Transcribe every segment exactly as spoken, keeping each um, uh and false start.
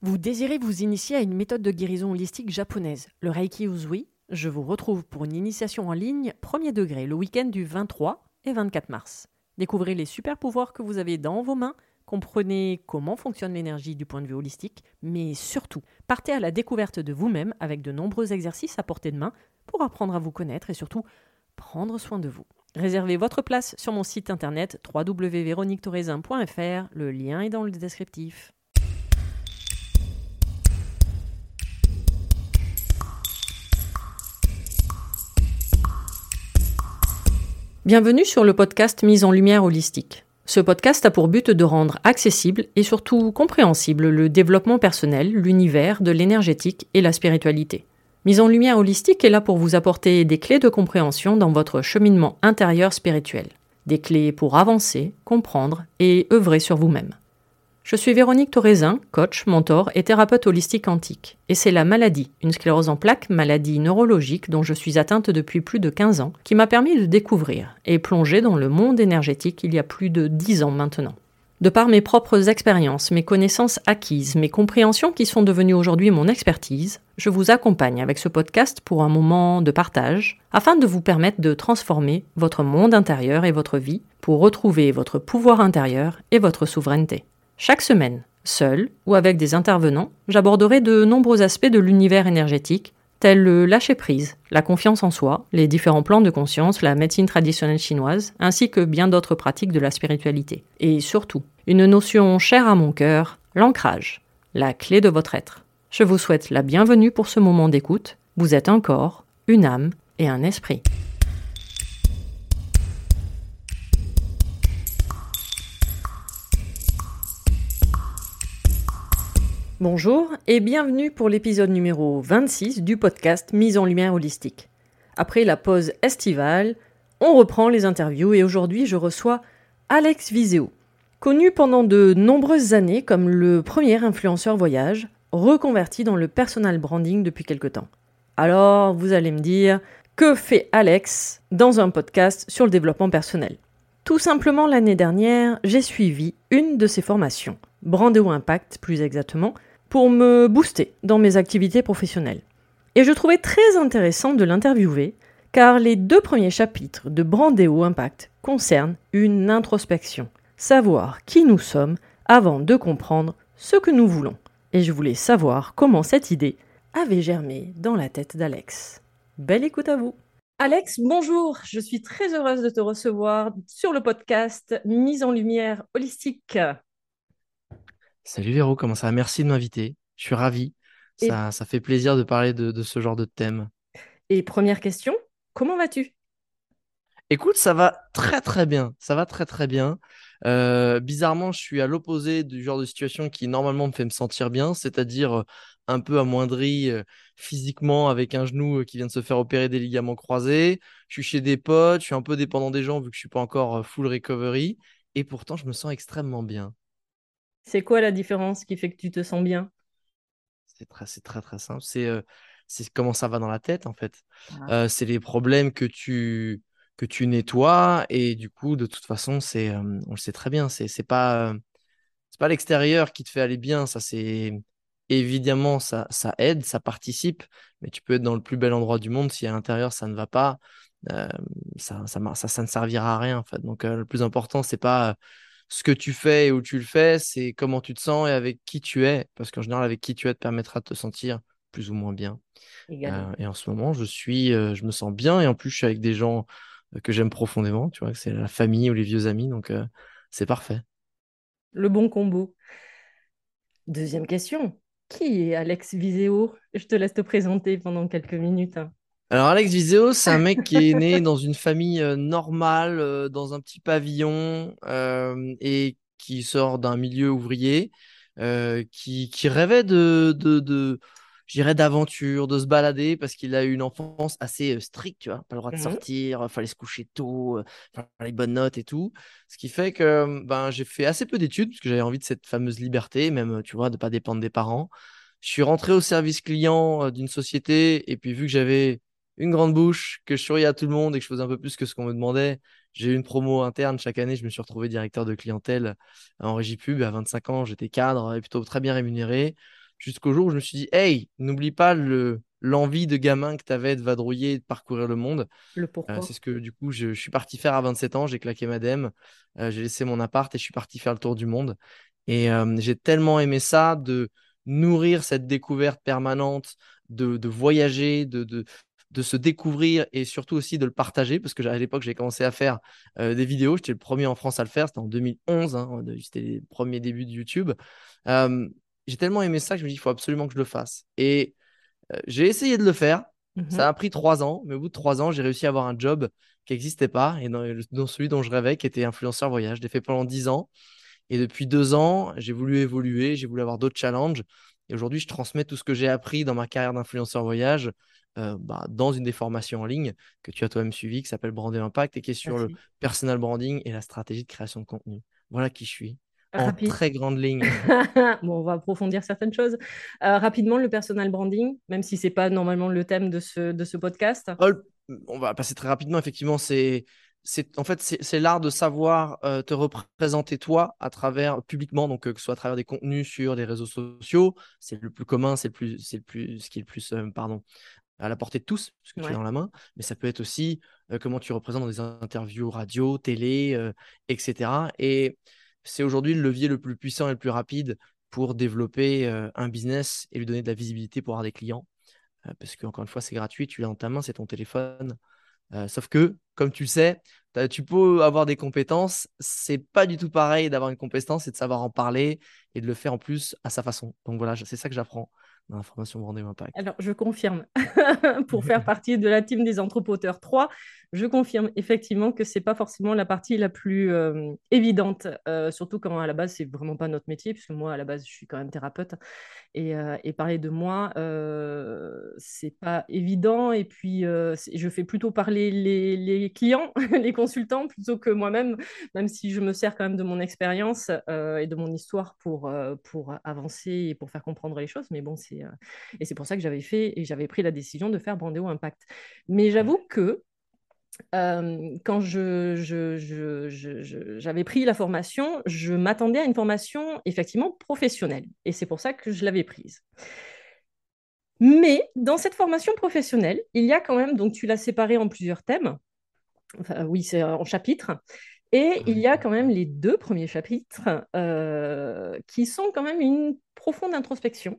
Vous désirez vous initier à une méthode de guérison holistique japonaise, le Reiki Usui? Je vous retrouve pour une initiation en ligne premier degré le week-end du vingt-trois et vingt-quatre mars. Découvrez les super pouvoirs que vous avez dans vos mains, comprenez comment fonctionne l'énergie du point de vue holistique, mais surtout, partez à la découverte de vous-même avec de nombreux exercices à portée de main pour apprendre à vous connaître et surtout prendre soin de vous. Réservez votre place sur mon site internet w w w point véronique thorezin point f r, le lien est dans le descriptif. Bienvenue sur le podcast Mise en lumière holistique. Ce podcast a pour but de rendre accessible et surtout compréhensible le développement personnel, l'univers de l'énergétique et la spiritualité. Mise en lumière holistique est là pour vous apporter des clés de compréhension dans votre cheminement intérieur spirituel. Des clés pour avancer, comprendre et œuvrer sur vous-même. Je suis Véronique Thorezin, coach, mentor et thérapeute holistique quantique. Et c'est la maladie, une sclérose en plaques, maladie neurologique dont je suis atteinte depuis plus de quinze ans, qui m'a permis de découvrir et plonger dans le monde énergétique il y a plus de dix ans maintenant. De par mes propres expériences, mes connaissances acquises, mes compréhensions qui sont devenues aujourd'hui mon expertise, je vous accompagne avec ce podcast pour un moment de partage, afin de vous permettre de transformer votre monde intérieur et votre vie pour retrouver votre pouvoir intérieur et votre souveraineté. Chaque semaine, seul ou avec des intervenants, j'aborderai de nombreux aspects de l'univers énergétique, tels le lâcher-prise, la confiance en soi, les différents plans de conscience, la médecine traditionnelle chinoise, ainsi que bien d'autres pratiques de la spiritualité. Et surtout, une notion chère à mon cœur, l'ancrage, la clé de votre être. Je vous souhaite la bienvenue pour ce moment d'écoute. Vous êtes un corps, une âme et un esprit. Bonjour et bienvenue pour l'épisode numéro vingt-six du podcast Mise en lumière holistique. Après la pause estivale, on reprend les interviews et aujourd'hui je reçois Alex Viseo, connu pendant de nombreuses années comme le premier influenceur voyage, reconverti dans le personal branding depuis quelque temps. Alors vous allez me dire, que fait Alex dans un podcast sur le développement personnel ? Tout simplement l'année dernière, j'ai suivi une de ses formations, Brandéo Impact plus exactement, pour me booster dans mes activités professionnelles. Et je trouvais très intéressant de l'interviewer, car les deux premiers chapitres de Brandéo Impact concernent une introspection, savoir qui nous sommes avant de comprendre ce que nous voulons. Et je voulais savoir comment cette idée avait germé dans la tête d'Alex. Belle écoute à vous. Alex, bonjour, je suis très heureuse de te recevoir sur le podcast Mise en lumière holistique. Salut Véro, comment ça va? Merci de m'inviter. Je suis ravi. Et, Ça, ça fait plaisir de parler de, de ce genre de thème. et première question, comment vas-tu ? Écoute, ça va très très bien. Ça va très très bien. Euh, bizarrement, je suis à l'opposé du genre de situation qui normalement me fait me sentir bien, c'est-à-dire euh, un peu amoindri euh, physiquement avec un genou euh, qui vient de se faire opérer des ligaments croisés. Je suis chez des potes, je suis un peu dépendant des gens vu que je suis pas encore euh, full recovery. Et pourtant, je me sens extrêmement bien. C'est quoi la différence qui fait que tu te sens bien ? C'est très, c'est très, très simple. C'est euh, c'est comment ça va dans la tête, en fait. Ah. Euh, c'est les problèmes que tu, que tu nettoies. Et du coup, de toute façon, c'est, euh, on le sait très bien, c'est, c'est pas, euh, c'est pas l'extérieur qui te fait aller bien. Ça, c'est évidemment, ça, ça aide, ça participe. Mais tu peux être dans le plus bel endroit du monde. Si à l'intérieur, ça ne va pas, euh, ça, ça, mar- ça, ça ne servira à rien, en fait. Donc, euh, le plus important, c'est pas euh, ce que tu fais et où tu le fais, c'est comment tu te sens et avec qui tu es. Parce qu'en général, avec qui tu es te permettra de te sentir plus ou moins bien. Également. Euh, et en ce moment, je suis, euh, je me sens bien et en plus, je suis avec des gens euh, que j'aime profondément. Tu vois, que c'est la famille ou les vieux amis. Donc, euh, c'est parfait. Le bon combo. Deuxième question. Qui est Alex Viseo ? Je te laisse te présenter pendant quelques minutes. Alors, Alex Viseo, c'est un mec qui est né dans une famille euh, normale, euh, dans un petit pavillon euh, et qui sort d'un milieu ouvrier, euh, qui, qui rêvait de, de, de, je dirais, d'aventure, de se balader parce qu'il a eu une enfance assez euh, stricte, tu vois, pas le droit de Mhm. sortir, fallait se coucher tôt, euh, faire les bonnes notes et tout. Ce qui fait que ben, j'ai fait assez peu d'études parce que j'avais envie de cette fameuse liberté, même, tu vois, de pas dépendre des parents. Je suis rentré au service client euh, d'une société et puis vu que j'avais une grande bouche, que je souriais à tout le monde et que je faisais un peu plus que ce qu'on me demandait. J'ai eu une promo interne chaque année, je me suis retrouvé directeur de clientèle en régie pub. À vingt-cinq ans, j'étais cadre et plutôt très bien rémunéré. jusqu'au jour où je me suis dit, hey, n'oublie pas le, l'envie de gamin que tu avais de vadrouiller et de parcourir le monde. Le Euh, pourquoi. c'est ce que du coup, je, je suis parti faire à vingt-sept ans. J'ai claqué ma dème, euh, j'ai laissé mon appart et je suis parti faire le tour du monde. Et euh, j'ai tellement aimé ça, de nourrir cette découverte permanente, de, de voyager, de, de, de se découvrir et surtout aussi de le partager. Parce que à l'époque, j'ai commencé à faire euh, des vidéos. J'étais le premier en France à le faire. C'était en deux mille onze, hein, c'était les premiers débuts de YouTube. Euh, j'ai tellement aimé ça que je me dis, il faut absolument que je le fasse. Et euh, j'ai essayé de le faire. Ça Mhm. a pris trois ans, mais au bout de trois ans, j'ai réussi à avoir un job qui n'existait pas et dans, dans celui dont je rêvais, qui était influenceur voyage. Je l'ai fait pendant dix ans. Et depuis deux ans, j'ai voulu évoluer, j'ai voulu avoir d'autres challenges. Et aujourd'hui, je transmets tout ce que j'ai appris dans ma carrière d'influenceur voyage euh, bah, dans une des formations en ligne que tu as toi-même suivie, qui s'appelle Branded Impact et qui est sur le Merci. personal branding et la stratégie de création de contenu. Voilà qui je suis, en Rapide. très grande ligne. Bon, on va approfondir certaines choses. Euh, rapidement, le personal branding, même si c'est pas normalement le thème de ce, de ce podcast. Paul, on va passer très rapidement. Effectivement, c'est, c'est, en fait, c'est, c'est l'art de savoir euh, te représenter toi à travers publiquement, donc euh, que ce soit à travers des contenus sur les réseaux sociaux. C'est le plus commun, c'est le plus, c'est le plus, ce qui est le plus, euh, pardon, à la portée de tous, ce que tu as Ouais. dans la main. Mais ça peut être aussi euh, comment tu représentes dans des interviews radio, télé, euh, et cetera. Et c'est aujourd'hui le levier le plus puissant et le plus rapide pour développer euh, un business et lui donner de la visibilité pour avoir des clients. Euh, parce que, encore une fois, c'est gratuit, tu l'as dans ta main, c'est ton téléphone. Euh, sauf que, comme tu le sais, t'as- tu peux avoir des compétences. C'est pas du tout pareil d'avoir une compétence et de savoir en parler et de le faire en plus à sa façon. Donc voilà, c'est ça que j'apprends dans la formation Branding Impact. Alors, je confirme, pour faire partie de la team des entrepoteurs trois, je confirme effectivement que c'est pas forcément la partie la plus euh, évidente, euh, surtout quand à la base, c'est vraiment pas notre métier, puisque moi, à la base, je suis quand même thérapeute. Et, euh, et parler de moi, euh, c'est pas évident. Et puis, euh, c'est- je fais plutôt parler les, les clients, les consultants, plutôt que moi-même, même si je me sers quand même de mon expérience euh, et de mon histoire pour, euh, pour avancer et pour faire comprendre les choses. Mais bon, c'est, euh, et c'est pour ça que j'avais fait et j'avais pris la décision de faire Brandéo Impact. Mais j'avoue que euh, quand je, je- je- je- je- j'avais pris la formation, je m'attendais à une formation effectivement professionnelle. Et c'est pour ça que je l'avais prise. Mais dans cette formation professionnelle, il y a quand même, donc tu l'as séparé en plusieurs thèmes, enfin oui, c'est en chapitres, et il Ouais. y a quand même les deux premiers chapitres euh, qui sont quand même une profonde introspection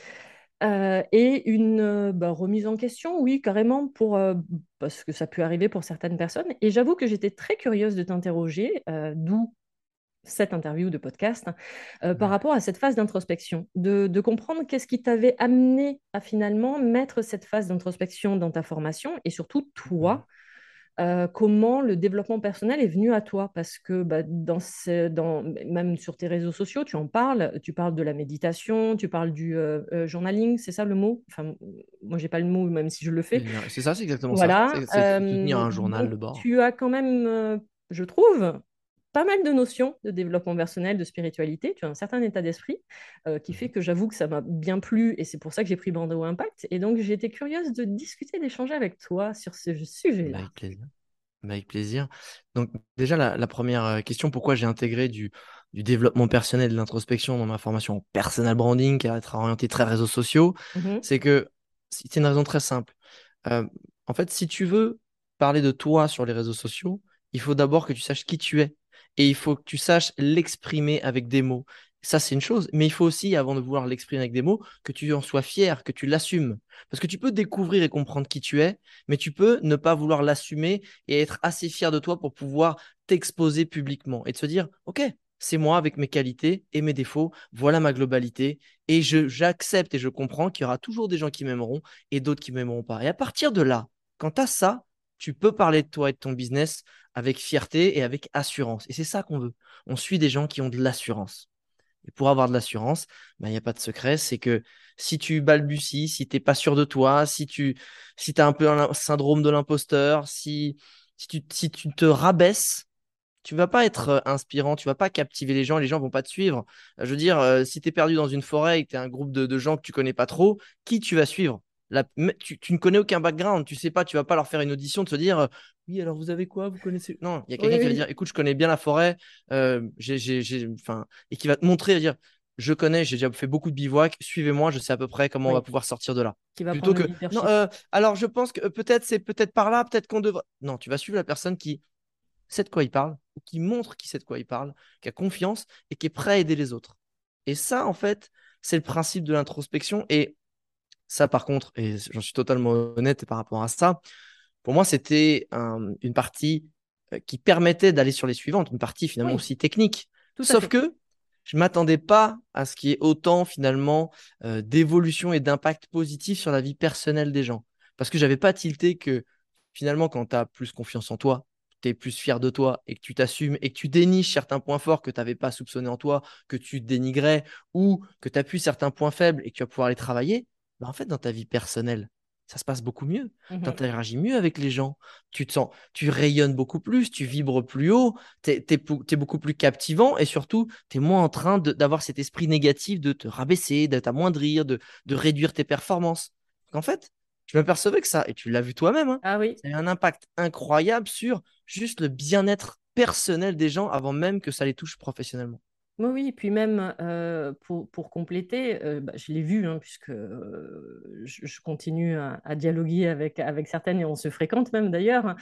euh, et une euh, bah, remise en question, oui, carrément, pour, euh, parce que ça peut arriver pour certaines personnes. Et j'avoue que j'étais très curieuse de t'interroger, euh, d'où cette interview de podcast, euh, par Ouais. rapport à cette phase d'introspection, de, de comprendre qu'est-ce qui t'avait amené à finalement mettre cette phase d'introspection dans ta formation et surtout Mhm. toi, euh, comment le développement personnel est venu à toi parce que bah, dans ce- dans, même sur tes réseaux sociaux, tu en parles, tu parles de la méditation, tu parles du euh, euh, journaling, c'est ça le mot? Enfin, moi, j'ai pas le mot, même si je le fais. C'est c'est ça, c'est exactement ça. Voilà. C'est c'est se tenir Euh, un journal donc, de bord. tu as quand même, euh, je trouve, pas mal de notions de développement personnel, de spiritualité. Tu as un certain état d'esprit euh, qui fait Mhm. que j'avoue que ça m'a bien plu et c'est pour ça que j'ai pris Bandeau Impact. Et donc, j'ai été curieuse de discuter, d'échanger avec toi sur ce Bah, sujet-là. avec plaisir. Bah, avec plaisir. Donc, déjà, la, la première euh, question, pourquoi j'ai intégré du, du développement personnel, de l'introspection dans ma formation en personal branding, qui va être orientée très réseaux sociaux, Mhm. c'est que c'est une raison très simple. Euh, En fait, si tu veux parler de toi sur les réseaux sociaux, il faut d'abord que tu saches qui tu es et il faut que tu saches l'exprimer avec des mots. Ça, c'est une chose, mais il faut aussi, avant de vouloir l'exprimer avec des mots, que tu en sois fier, que tu l'assumes. Parce que tu peux découvrir et comprendre qui tu es, mais tu peux ne pas vouloir l'assumer et être assez fier de toi pour pouvoir t'exposer publiquement et de se dire, OK, c'est moi avec mes qualités et mes défauts, voilà ma globalité, et je, j'accepte et je comprends qu'il y aura toujours des gens qui m'aimeront et d'autres qui ne m'aimeront pas. Et à partir de là, quand tu as ça, tu peux parler de toi et de ton business avec fierté et avec assurance. Et c'est ça qu'on veut. On suit des gens qui ont de l'assurance. Et pour avoir de l'assurance, ben, il n'y a pas de secret. C'est que si tu balbuties, si tu n'es pas sûr de toi, si tu si as un peu un syndrome de l'imposteur, si, si, tu, si tu te rabaisses, tu vas pas être euh, inspirant, tu vas pas captiver les gens, les gens vont pas te suivre. Euh, Je veux dire, euh, si tu es perdu dans une forêt et que tu es un groupe de, de gens que tu connais pas trop, qui tu vas suivre? La- mais tu, tu ne connais aucun background, tu sais pas, tu vas pas leur faire une audition de se dire, euh, oui, alors vous avez quoi, vous connaissez. Non, il y a Oui, quelqu'un qui va oui. dire, écoute, je connais bien la forêt, euh, j'ai, j'ai, j'ai- enfin, et qui va te montrer, va dire, je connais, j'ai déjà fait beaucoup de bivouac, suivez-moi, je sais à peu près comment on va Oui, pouvoir sortir de là. qui va Plutôt prendre le que, non, leadership. euh, alors je pense que euh, peut-être c'est peut-être par là, peut-être qu'on devrait. Non, tu vas suivre la personne qui sait de quoi il parle, ou qui montre qu'il sait de quoi il parle, qui a confiance et qui est prêt à aider les autres. Et ça, en fait, c'est le principe de l'introspection. Et ça, par contre, et j'en suis totalement honnête par rapport à ça, pour moi, c'était un- une partie euh, qui permettait d'aller sur les suivantes, une partie finalement Oui, aussi technique. tout à Sauf fait. que je ne m'attendais pas à ce qu'il y ait autant finalement euh, d'évolution et d'impact positif sur la vie personnelle des gens. Parce que j'avais pas tilté que finalement, quand tu as plus confiance en toi, tu es plus fier de toi et que tu t'assumes et que tu déniches certains points forts que tu n'avais pas soupçonnés en toi, que tu dénigrais ou que tu appuies certains points faibles et que tu vas pouvoir les travailler, bah en fait, dans ta vie personnelle, ça se passe beaucoup mieux. Tu Mhm. interagis mieux avec les gens. Tu te sens, tu rayonnes beaucoup plus, tu vibres plus haut, tu es, beaucoup plus captivant et surtout, tu es moins en train de- d'avoir cet esprit négatif de te rabaisser, de t'amoindrir, de, de réduire tes performances. Donc, en fait, je m'apercevais que ça, et tu l'as vu toi-même, hein, Ah oui. ça a eu un impact incroyable sur juste le bien-être personnel des gens avant même que ça les touche professionnellement. Oui, oui, et puis même euh, pour, pour compléter, euh, bah, je l'ai vu, hein, puisque euh, je, je continue à, à dialoguer avec, avec certaines et on se fréquente même d'ailleurs.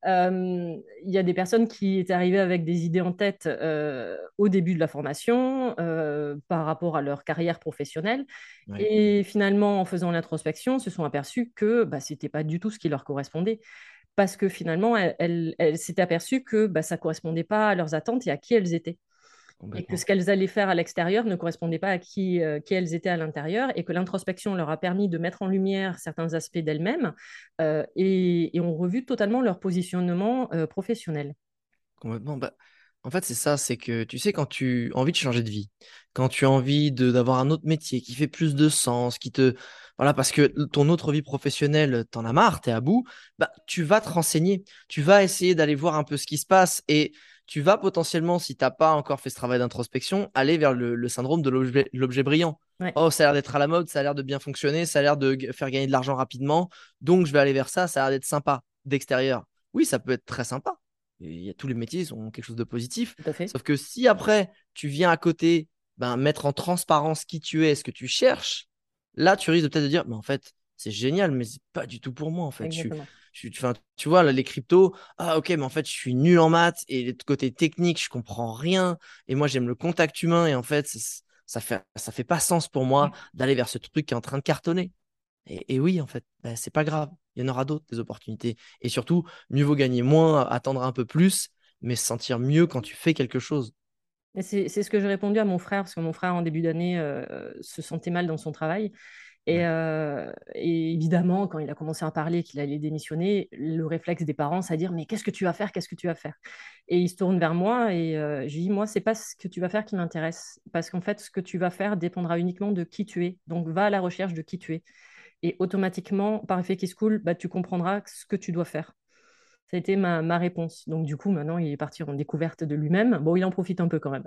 Euh, Il y a des personnes qui étaient arrivées avec des idées en tête euh, au début de la formation euh, par rapport à leur carrière professionnelle. Ouais, Et finalement, en faisant l'introspection, se sont aperçues que bah, ce n'était pas du tout ce qui leur correspondait. Parce que finalement, elles, elles- elles s'étaient aperçues que bah, ça ne correspondait pas à leurs attentes et à qui elles étaient et que ce complètement. qu'elles allaient faire à l'extérieur ne correspondait pas à qui, euh, qui elles étaient à l'intérieur, et que l'introspection leur a permis de mettre en lumière certains aspects d'elles-mêmes euh, et, et ont revu totalement leur positionnement euh, professionnel. Complètement. Bah, en fait, c'est ça, c'est que tu sais, quand tu as envie de changer de vie, quand tu as envie de d'avoir un autre métier qui fait plus de sens, qui te. Voilà, parce que ton autre vie professionnelle, t'en as marre, t'es à bout, bah, tu vas te renseigner, tu vas essayer d'aller voir un peu ce qui se passe et tu vas potentiellement, si t'as pas encore fait ce travail d'introspection, aller vers le, le syndrome de l'objet l'objet brillant. Ouais, Oh, ça a l'air d'être à la mode, ça a l'air de bien fonctionner, ça a l'air de g- faire gagner de l'argent rapidement, donc je vais aller vers ça, ça a l'air d'être sympa d'extérieur. Oui, ça peut être très sympa. Il y a, tous les métiers ont quelque chose de positif. tout à fait. Sauf que si après, tu viens à côté ben, mettre en transparence qui tu es, ce que tu cherches, là, tu risques de peut-être de dire, mais en fait, c'est génial, mais c'est pas du tout pour moi, en fait. Je suis, Exactement. je suis, enfin, tu vois, là, les cryptos, ah ok, mais en fait, je suis nul en maths et le côté technique, je comprends rien. Et moi, j'aime le contact humain et en fait, c'est- ça fait, ça fait pas sens pour moi d'aller vers ce truc qui est en train de cartonner. Et, et oui, en fait, ben, c'est pas grave. Il y en aura d'autres, des opportunités. Et surtout, mieux vaut gagner moins, attendre un peu plus, mais se sentir mieux quand tu fais quelque chose. Et c'est c'est ce que j'ai répondu à mon frère, parce que mon frère, en début d'année, euh, se sentait mal dans son travail. Et, Ouais. euh, et évidemment, quand il a commencé à parler qu'il allait démissionner, le réflexe des parents, c'est à dire, mais qu'est-ce que tu vas faire? Qu'est-ce que tu vas faire? Et il se tourne vers moi et euh, je lui dis, moi, c'est pas ce que tu vas faire qui m'intéresse. Parce qu'en fait, ce que tu vas faire dépendra uniquement de qui tu es. Donc, va à la recherche de qui tu es. Et automatiquement, par effet qui se coule, bah, tu comprendras ce que tu dois faire. Ça a été ma, ma réponse. Donc, du coup, maintenant, il est parti en découverte de lui-même. Bon, il en profite un peu quand même.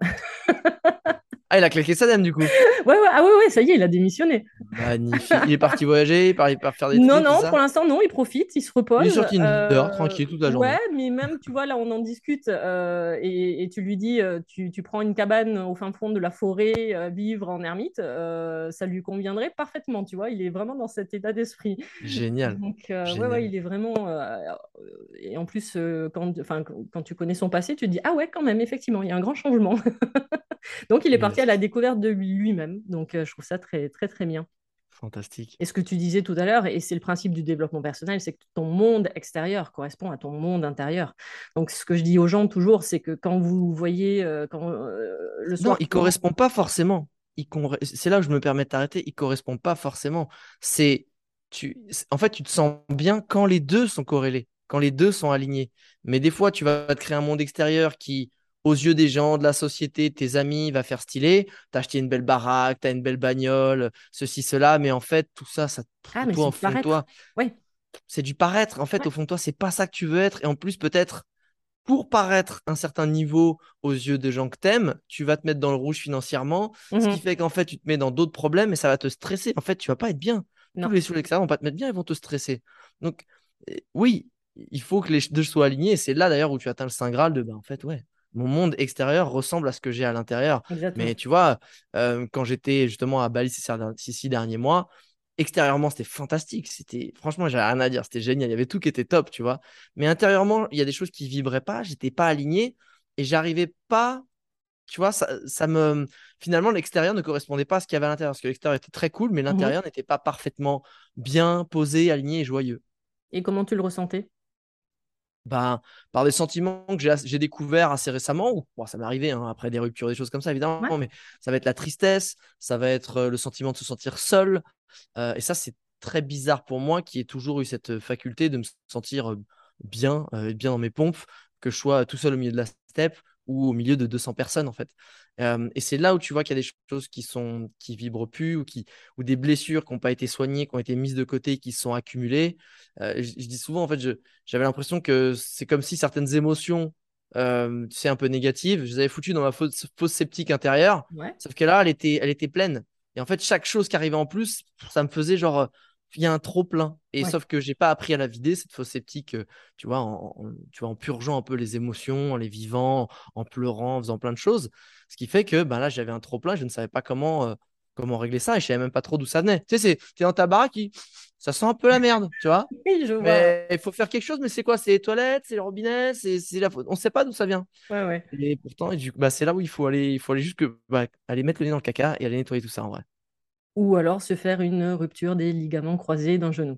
Ah, il a claqué sa dème, du coup. Ouais, ouais, ah ouais, ouais, ça y est, il a démissionné. Magnifique. Il est parti voyager, il part, il part faire des Non, trips, c'est non, pour ça? l'instant, non, il profite, il se Il est repose. sur Tinder, Euh, tranquille, toute la ouais, journée. mais même, tu vois, là, on en discute euh, et, et tu lui dis, euh, tu, tu prends une cabane au fin fond de la forêt, euh, vivre en ermite, euh, ça lui conviendrait parfaitement, tu vois, il est vraiment dans cet état d'esprit. Génial. Donc, euh, ouais, ouais, Génial. il est vraiment. euh, et en plus, euh, quand, enfin, quand quand tu connais son passé, tu te dis, ah ouais, quand même, effectivement, il y a un grand changement. Donc, il est parti à la Yes. découverte de lui-même. Donc, euh, je trouve ça très, très, très bien. Fantastique. Et ce que tu disais tout à l'heure, et c'est le principe du développement personnel, c'est que ton monde extérieur correspond à ton monde intérieur. Donc, ce que je dis aux gens toujours, c'est que quand vous voyez, euh, quand, euh, le Non, soir, il tu rentres. correspond pas forcément. Il con- C'est là où je me permets de t'arrêter. Il correspond pas forcément. C'est tu. c'est- En fait, tu te sens bien quand les deux sont corrélés, quand les deux sont alignés. Mais des fois, tu vas te créer un monde extérieur qui, aux yeux des gens, de la société, tes amis, va faire stylé. T'as acheté une belle baraque, t'as une belle bagnole, ceci, cela. Mais en fait, tout ça, ça, Ah, mais toi, c'est au du fond de paraître. toi, Oui, c'est du paraître. En fait, ouais. au fond de toi, c'est pas ça que tu veux être. Et en plus, peut-être pour paraître un certain niveau aux yeux des gens que t'aimes, tu vas te mettre dans le rouge financièrement, ce qui Mhm. fait qu'en fait, tu te mets dans d'autres problèmes et ça va te stresser. En fait, tu vas pas être bien. Tous Non. les sous l'extérieur vont pas te mettre bien, ils vont te stresser. Donc, euh, oui, il faut que les deux soient alignés. Et c'est là d'ailleurs où tu atteins le Saint Graal de, bah, en fait, ouais. mon monde extérieur ressemble à ce que j'ai à l'intérieur. Mais Exactement. tu vois, euh, quand j'étais justement à Bali ces, ces six derniers mois, extérieurement, c'était fantastique. C'était, franchement, j'avais rien à dire. C'était génial. Il y avait tout qui était top, tu vois. Mais intérieurement, il y a des choses qui vibraient pas. J'étais pas aligné et j'arrivais pas. Tu vois, ça, ça me. Finalement, l'extérieur ne correspondait pas à ce qu'il y avait à l'intérieur. Parce que l'extérieur était très cool, mais Mhm. l'intérieur n'était pas parfaitement bien posé, aligné et joyeux. Et comment tu le ressentais? Ben, par des sentiments que j'ai j'ai découverts assez récemment, ou bon, ça m'est arrivé hein, après des ruptures, des choses comme ça, Ouais. évidemment, mais ça va être la tristesse, ça va être euh, le sentiment de se sentir seul. Euh, et ça, c'est très bizarre pour moi qui ai toujours eu cette faculté de me sentir euh, bien, euh, bien dans mes pompes, que je sois tout seul au milieu de la steppe ou au milieu de deux cents personnes, en fait. Euh, et c'est là où tu vois qu'il y a des choses qui sont qui vibrent plus ou, qui, ou des blessures qui n'ont pas été soignées, qui ont été mises de côté, qui se sont accumulées. Euh, je, je dis souvent, en fait, je, j'avais l'impression que c'est comme si certaines émotions, euh, tu sais, un peu négatives, je les avais foutues dans ma fausse, fausse sceptique intérieure, Ouais. sauf que là, elle était, elle était pleine. Et en fait, chaque chose qui arrivait en plus, ça me faisait genre, euh, il y a un trop plein. Et Ouais. sauf que j'ai pas appris à la vider, cette fausse sceptique, euh, tu vois, en, en- tu vois, en purgeant un peu les émotions, en les vivant, en pleurant, en faisant plein de choses. Ce qui fait que ben là, j'avais un trop plein, je ne savais pas comment, euh, comment régler ça et je savais même pas trop d'où ça venait. Tu sais, c'est, t'es dans ta baraque, il- ça sent un peu la merde, tu vois. Oui, je vois. Mais il faut faire quelque chose, mais c'est quoi? C'est les toilettes, c'est le robinet, c'est c'est la faute. On sait pas d'où ça vient. Ouais, ouais. Et pourtant, et du coup, bah, c'est là où il faut aller, il faut aller juste que, bah, aller mettre le nez dans le caca et aller nettoyer tout ça en vrai. Ou alors se faire une rupture des ligaments croisés d'un genou.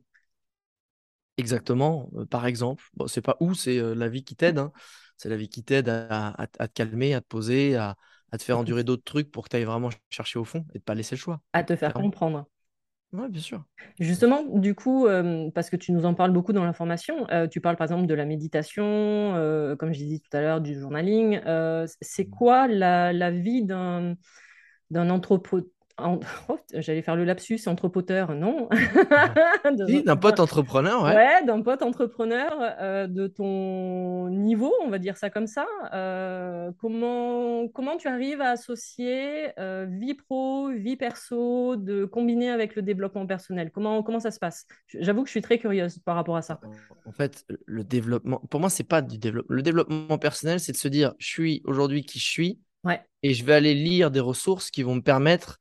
Exactement. Euh, par exemple, bon, c'est pas où, c'est euh, la vie qui t'aide, hein. C'est la vie qui t'aide à, à- à te calmer, à te poser, à, à te faire endurer d'autres trucs pour que tu ailles vraiment chercher au fond et de pas laisser le choix, À te faire clairement. comprendre. Ouais, bien sûr. Bien sûr. Justement, du coup, euh, parce que tu nous en parles beaucoup dans l'information, euh, tu parles par exemple de la méditation, euh, comme je disais tout à l'heure, du journaling. Euh, c'est quoi la, la vie d'un d'un anthropo... en- oh, j'allais faire le lapsus, anthropoteur, non? Si, D'un- d'un d'un- pote entrepreneur, ouais. Ouais, d'un pote entrepreneur euh, de ton niveau, on va dire ça comme ça. Euh, comment, comment tu arrives à associer euh, vie pro, vie perso, de combiner avec le développement personnel? Comment, comment ça se passe? J'avoue que je suis très curieuse par rapport à ça. En en fait, le développement, pour moi, c'est pas du développement. Le développement personnel, c'est de se dire, je suis aujourd'hui qui je suis Ouais, et je vais aller lire des ressources qui vont me permettre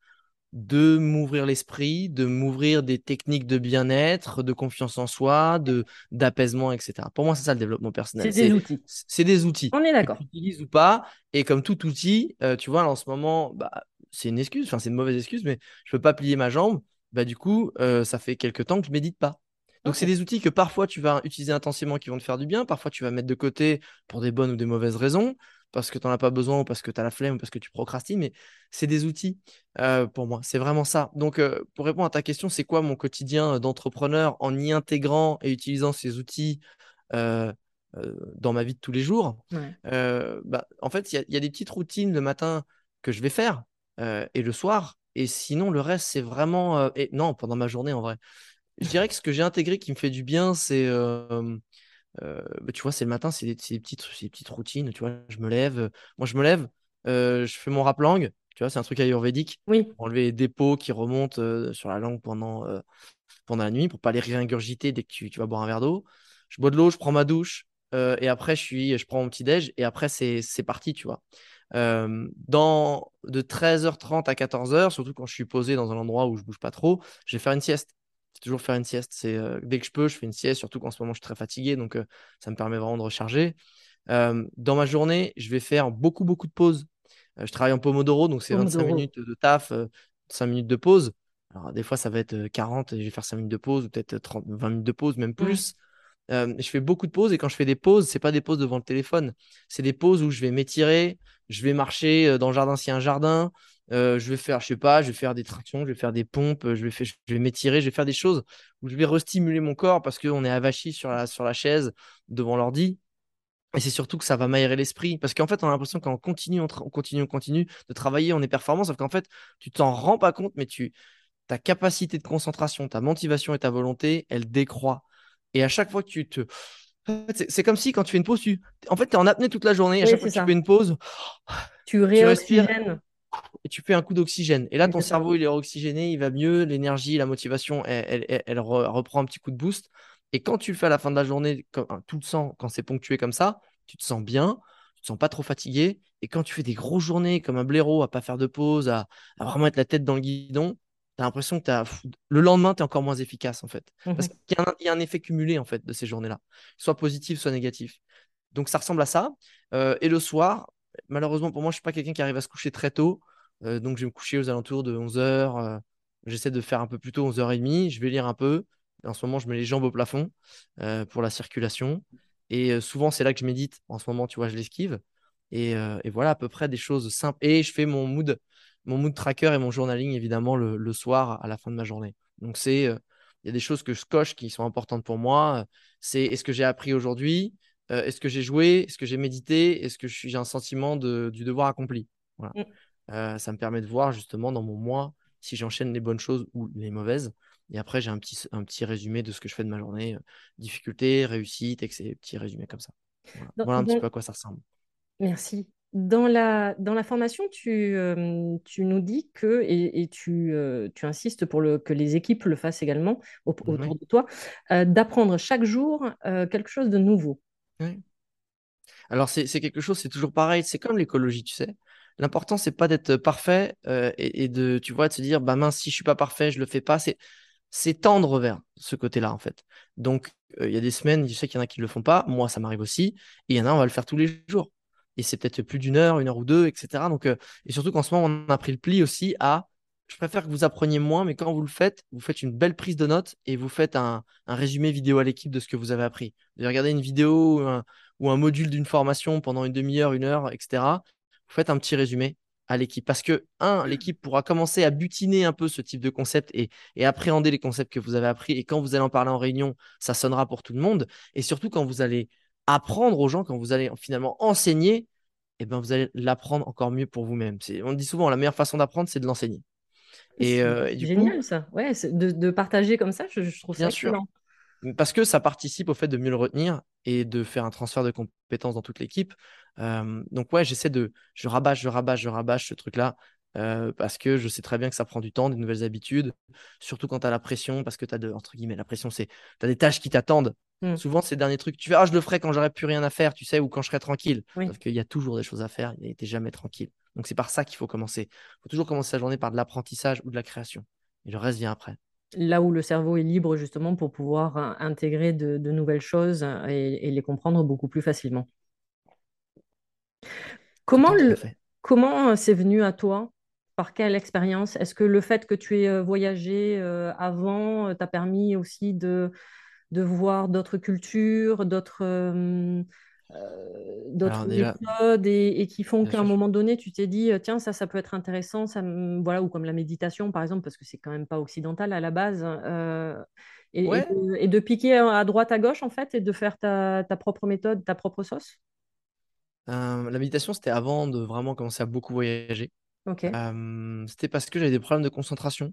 de m'ouvrir l'esprit, de m'ouvrir des techniques de bien-être, de confiance en soi, de d'apaisement, et cetera. Pour moi, c'est ça le développement c'est personnel. des C'est outils. c'est des outils On est que tu d'accord. utilises ou pas. Et comme tout outil, euh, tu vois, là, en ce moment, bah, c'est une excuse, enfin, c'est une mauvaise excuse, mais je peux pas plier ma jambe. Bah, du coup, euh, ça fait quelques temps que je médite pas. Donc, c'est Ok. des outils que parfois tu vas utiliser intensément qui vont te faire du bien, parfois tu vas mettre de côté pour des bonnes ou des mauvaises raisons, parce que tu n'en as pas besoin ou parce que tu as la flemme ou parce que tu procrastines, mais c'est des outils euh, pour moi. C'est vraiment ça. Donc, euh, pour répondre à ta question, c'est quoi mon quotidien d'entrepreneur en y intégrant et utilisant ces outils euh, euh, dans ma vie de tous les jours? Ouais. Euh, bah, en fait, il y, a- il y a des petites routines le matin que je vais faire euh, et le soir. Et sinon, le reste, c'est vraiment... euh, et non, pendant ma journée, en vrai. Je dirais que ce que j'ai intégré qui me fait du bien, c'est... euh, euh, bah, tu vois, c'est le matin, c'est des, c'est des petites, c'est des petites routines. Tu vois, je me lève. euh, moi, je me lève, euh, je fais mon rap langue. Tu vois, c'est un truc ayurvédique Oui. pour enlever les dépôts qui remontent euh, sur la langue pendant, euh, pendant la nuit, pour pas les réingurgiter dès que tu, tu vas boire un verre d'eau. Je bois de l'eau, je prends ma douche. Euh, et après, je suis, je prends mon petit déj. Et après, c'est, c'est parti, tu vois. Euh, dans, de treize heures trente à quatorze heures, surtout quand je suis posé dans un endroit où je bouge pas trop, je vais faire une sieste. C'est toujours faire une sieste. C'est euh, dès que je peux, je fais une sieste, surtout qu'en ce moment je suis très fatigué, donc euh, ça me permet vraiment de recharger. Euh, dans ma journée, je vais faire beaucoup beaucoup de pauses. Euh, je travaille en Pomodoro, donc c'est vingt-cinq Pomodoro. minutes de taf, euh, cinq minutes de pause. Alors des fois ça va être euh, quarante et je vais faire cinq minutes de pause ou peut-être trente, vingt minutes de pause, même Mm. plus. Euh, je fais beaucoup de pauses et quand je fais des pauses, c'est pas des pauses devant le téléphone, c'est des pauses où je vais m'étirer, je vais marcher euh, dans le jardin s'il y a un jardin, euh, je vais faire, je sais pas, je vais faire des tractions, je vais faire des pompes, euh, je vais, faire- je vais m'étirer, je vais faire des choses où je vais restimuler mon corps parce qu'on est avachi sur la, sur la chaise devant l'ordi. Et c'est surtout que ça va m'aérer l'esprit. Parce qu'en fait, on a l'impression qu'on continue, on, tra- on continue, on continue de travailler, on est performant, sauf qu'en fait, tu t'en rends pas compte, mais tu, ta capacité de concentration, ta motivation et ta volonté, elle décroît. Et à chaque fois que tu te... En fait, C'est c'est comme si quand tu fais une pause, tu... en fait, tu es en apnée toute la journée. Et à Oui, chaque fois c'est que tu fais ça. une pause, Tu tu respires réoxygènes. et tu fais un coup d'oxygène. Et là, Oui, ton c'est ça. cerveau, il est oxygéné, il va mieux, l'énergie, la motivation, elle, elle- elle- elle re- reprend un petit coup de boost. Et quand tu le fais à la fin de la journée, comme, hein, tout le sang, quand c'est ponctué comme ça, tu te sens bien, te sens pas trop fatigué. Et quand tu fais des grosses journées comme un blaireau, à pas faire de pause, à, à vraiment être la tête dans le guidon, tu as l'impression que t'as, pff, le lendemain, tu es encore moins efficace, en fait. Parce Mhm. qu'il y a un, il y a un effet cumulé, en fait, de ces journées-là, soit positif, soit négatif. Donc, ça ressemble à ça. Euh, et le soir, malheureusement, pour moi, je suis pas quelqu'un qui arrive à se coucher très tôt. Euh, donc, je vais me coucher aux alentours de onze heures. Euh, j'essaie de faire un peu plus tôt, onze heures trente. Je vais lire un peu. Et en ce moment, je mets les jambes au plafond euh, pour la circulation. Et euh, souvent, c'est là que je médite. En ce moment, tu vois, je l'esquive. Et, euh, et voilà, à peu près des choses simples. Et je fais mon mood, mon mood tracker et mon journaling, évidemment, le, le soir à la fin de ma journée. Donc, c'est, euh, il y a des choses que je coche qui sont importantes pour moi. C'est est-ce que j'ai appris aujourd'hui? Euh, est-ce que j'ai joué? Est-ce que j'ai médité? Est-ce que je suis- j'ai un sentiment de, du devoir accompli? Voilà. Mm. Euh, ça me permet de voir justement dans mon moi si j'enchaîne les bonnes choses ou les mauvaises. Et après, j'ai un petit, un petit résumé de ce que je fais de ma journée, euh, difficulté, réussite, et que c'est petits résumés comme ça. Voilà. Dans- Voilà un petit dans- peu à quoi ça ressemble. Merci. Dans la, dans la formation, tu, euh, tu nous dis que, et, et tu, euh, tu insistes pour le, que les équipes le fassent également au- autour Oui. de toi, euh, d'apprendre chaque jour euh, quelque chose de nouveau. Oui. Alors, c'est c'est quelque chose, c'est toujours pareil, c'est comme l'écologie, tu sais. L'important, c'est pas d'être parfait euh, et, et de, tu vois, de se dire, bah mince, si je suis pas parfait, je le fais pas. C'est c'est tendre vers ce côté-là, en fait. Donc, euh, il y a des semaines, je sais qu'il y en a qui ne le font pas. Moi, ça m'arrive aussi. Et il y en a, on va le faire tous les jours. Et c'est peut-être plus d'une heure, une heure ou deux, et cetera. Donc, euh, et surtout qu'en ce moment, on a pris le pli aussi à. Je préfère que vous appreniez moins, mais quand vous le faites, vous faites une belle prise de notes et vous faites un, un résumé vidéo à l'équipe de ce que vous avez appris. Vous regardez une vidéo ou un, ou un module d'une formation pendant une demi-heure, une heure, et cetera. Vous faites un petit résumé à l'équipe. Parce que, un, l'équipe pourra commencer à butiner un peu ce type de concept et et appréhender les concepts que vous avez appris. Et quand vous allez en parler en réunion, ça sonnera pour tout le monde. Et surtout, quand vous allez apprendre aux gens, quand vous allez finalement enseigner, eh ben, vous allez l'apprendre encore mieux pour vous-même. C'est, on dit souvent, la meilleure façon d'apprendre, c'est de l'enseigner. Et, C'est euh, et du coup, génial ça. Ouais, c'est- de, de partager comme ça, je, je trouve ça bien sûr, excellent. parce que ça participe au fait de mieux le retenir et de faire un transfert de compétences dans toute l'équipe. Euh, donc ouais, j'essaie de, je rabâche, je rabâche, je rabâche ce truc-là euh, parce que je sais très bien que ça prend du temps, des nouvelles habitudes, surtout quand tu as la pression, parce que tu as de, entre guillemets, la pression, c'est, tu as des tâches qui t'attendent. Mm. Souvent, ces derniers trucs, tu fais, ah, je le ferai quand j'aurai plus rien à faire, tu sais, ou quand je serai tranquille. Oui. Sauf qu'il y a toujours des choses à faire, il n'était jamais tranquille. Donc c'est par ça qu'il faut commencer. Il faut toujours commencer sa journée par de l'apprentissage ou de la création. Et le reste vient après. Là où le cerveau est libre justement pour pouvoir euh, intégrer de, de nouvelles choses euh, et, et les comprendre beaucoup plus facilement. Tout Comment, à le- fait. comment euh, c'est venu à toi? Par quelle expérience? Est-ce que le fait que tu aies euh, voyagé euh, avant euh, t'a permis aussi de, de voir d'autres cultures, d'autres euh, euh, d'autres Alors déjà, méthodes et, et qui font bien qu'à un sûr. moment donné, tu t'es dit, euh, tiens, ça, ça peut être intéressant, ça, me- voilà, ou comme la méditation, par exemple, parce que c'est quand même pas occidental à la base, euh, et, et Ouais, de, et de piquer à droite, à gauche, en fait, et de faire ta, ta propre méthode, ta propre sauce. Euh, la méditation, c'était avant de vraiment commencer à beaucoup voyager. Ok. Euh, c'était parce que j'avais des problèmes de concentration.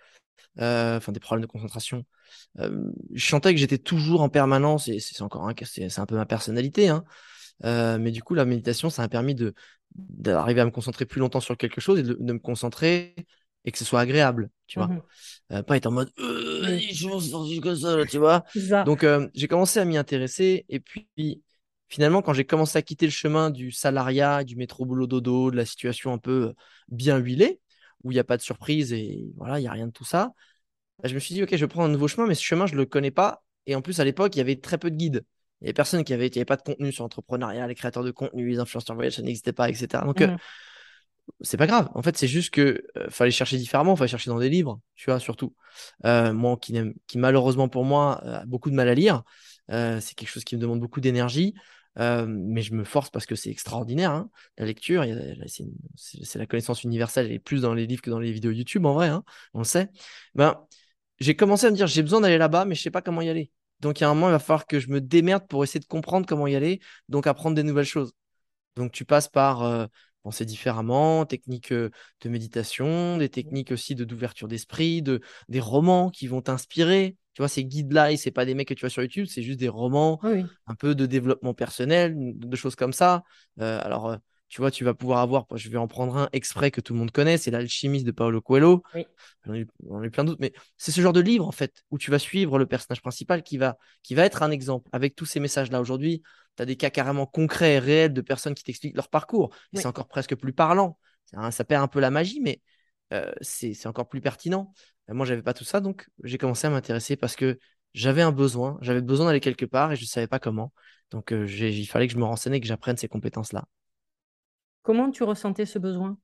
Euh, Enfin, des problèmes de concentration. Euh, je sentais que j'étais toujours en permanence, et c'est c'est encore un cas, c'est c'est un peu ma personnalité, hein. Euh, mais du coup, la méditation, ça m'a permis de d'arriver à me concentrer plus longtemps sur quelque chose et de, de me concentrer et que ce soit agréable, tu vois. Mhm. Euh, pas être en mode, euh, Oui, vas-y, je m'en sors comme ça, là, tu vois. c'est ça. Donc, euh, j'ai commencé à m'y intéresser. Et puis, finalement, quand j'ai commencé à quitter le chemin du salariat, du métro boulot dodo, de la situation un peu euh, bien huilée, où il n'y a pas de surprise et voilà, il n'y a rien de tout ça, bah, je me suis dit, OK, je vais prendre un nouveau chemin, mais ce chemin, je ne le connais pas. Et en plus, à l'époque, il y avait très peu de guides. Il y avait personne qui avait, il y avait pas de contenu sur l'entrepreneuriat, les créateurs de contenu, les influenceurs voyage, ça n'existait pas, et cetera. Donc, euh, Mhm. c'est pas grave. En fait, c'est juste que euh, fallait chercher différemment, fallait chercher dans des livres, tu vois, surtout. Euh, moi, qui, n'aime- qui malheureusement pour moi euh, a beaucoup de mal à lire, euh, c'est quelque chose qui me demande beaucoup d'énergie, euh, mais je me force parce que c'est extraordinaire, hein, la lecture. il y a- C'est une- c'est- c'est la connaissance universelle, elle est plus dans les livres que dans les vidéos YouTube, en vrai, hein, on le sait. Ben, j'ai commencé à me dire, j'ai besoin d'aller là-bas, mais je sais pas comment y aller. Donc, il y a un moment, il va falloir que je me démerde pour essayer de comprendre comment y aller, donc apprendre des nouvelles choses. Donc, tu passes par euh, penser différemment, techniques euh, de méditation, des techniques aussi de d'ouverture d'esprit, de, des romans qui vont t'inspirer. Tu vois, ces guides-là, et c'est pas des mecs que tu vois sur YouTube, c'est juste des romans, Oui, oui. un peu de développement personnel, de, de choses comme ça. Euh, alors, euh, tu vois, tu vas pouvoir avoir, je vais en prendre un exprès que tout le monde connaît, c'est L'Alchimiste de Paulo Coelho. Oui. J'en ai, eu- j'en ai eu plein d'autres, mais c'est ce genre de livre, en fait, où tu vas suivre le personnage principal qui va, qui va être un exemple avec tous ces messages-là. Aujourd'hui, tu as des cas carrément concrets et réels de personnes qui t'expliquent leur parcours. Et Oui. c'est encore presque plus parlant. Ça, ça perd un peu la magie, mais euh, c'est c'est encore plus pertinent. Euh, moi, j'avais pas tout ça, donc j'ai commencé à m'intéresser parce que j'avais un besoin, j'avais besoin d'aller quelque part et je ne savais pas comment. Donc, euh, j'ai- il fallait que je me renseigne et que j'apprenne ces compétences-là. Comment tu ressentais ce besoin?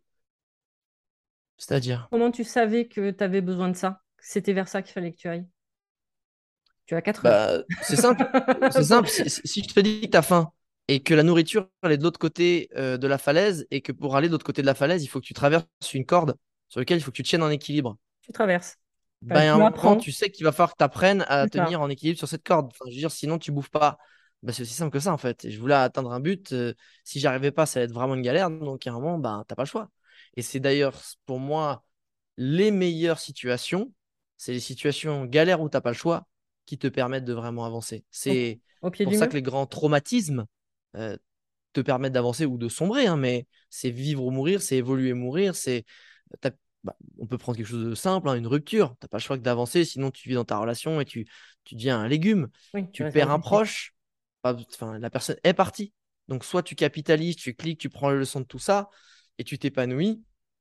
C'est-à-dire, Comment tu savais que tu avais besoin de ça? Que c'était vers ça qu'il fallait que tu ailles? Tu as quatre heures. bah, c'est simple. C'est Pour- simple. Si, si- si je te dis que tu as faim et que la nourriture, elle est de l'autre côté euh, de la falaise et que pour aller de l'autre côté de la falaise, il faut que tu traverses une corde sur laquelle il faut que tu te tiennes en équilibre. Tu traverses. Enfin, Ben, à un tu moment, apprends. tu sais qu'il va falloir que tu apprennes à C'est tenir ça. en équilibre sur cette corde. Enfin, je veux dire, sinon, tu bouffes pas. Ben, c'est aussi simple que ça, en fait. Et je voulais atteindre un but. Euh, si j'y arrivais pas, ça allait être vraiment une galère. Donc, à un moment, ben, t'as pas le choix. Et c'est d'ailleurs, pour moi, les meilleures situations, c'est les situations galères où t'as pas le choix qui te permettent de vraiment avancer. Au, C'est au pied pour du ça mur? que les grands traumatismes euh, te permettent d'avancer ou de sombrer, hein, mais c'est vivre ou mourir, c'est évoluer ou mourir, c'est t'as- bah, on peut prendre quelque chose de simple, hein, une rupture. Tu n'as pas le choix que d'avancer, sinon tu vis dans ta relation et tu, tu deviens un légume. Oui, tu Tu restes perds avec un les pieds. proche, pas- enfin, la personne est partie. Donc soit tu capitalises, tu cliques, tu prends les leçons de tout ça et tu t'épanouis,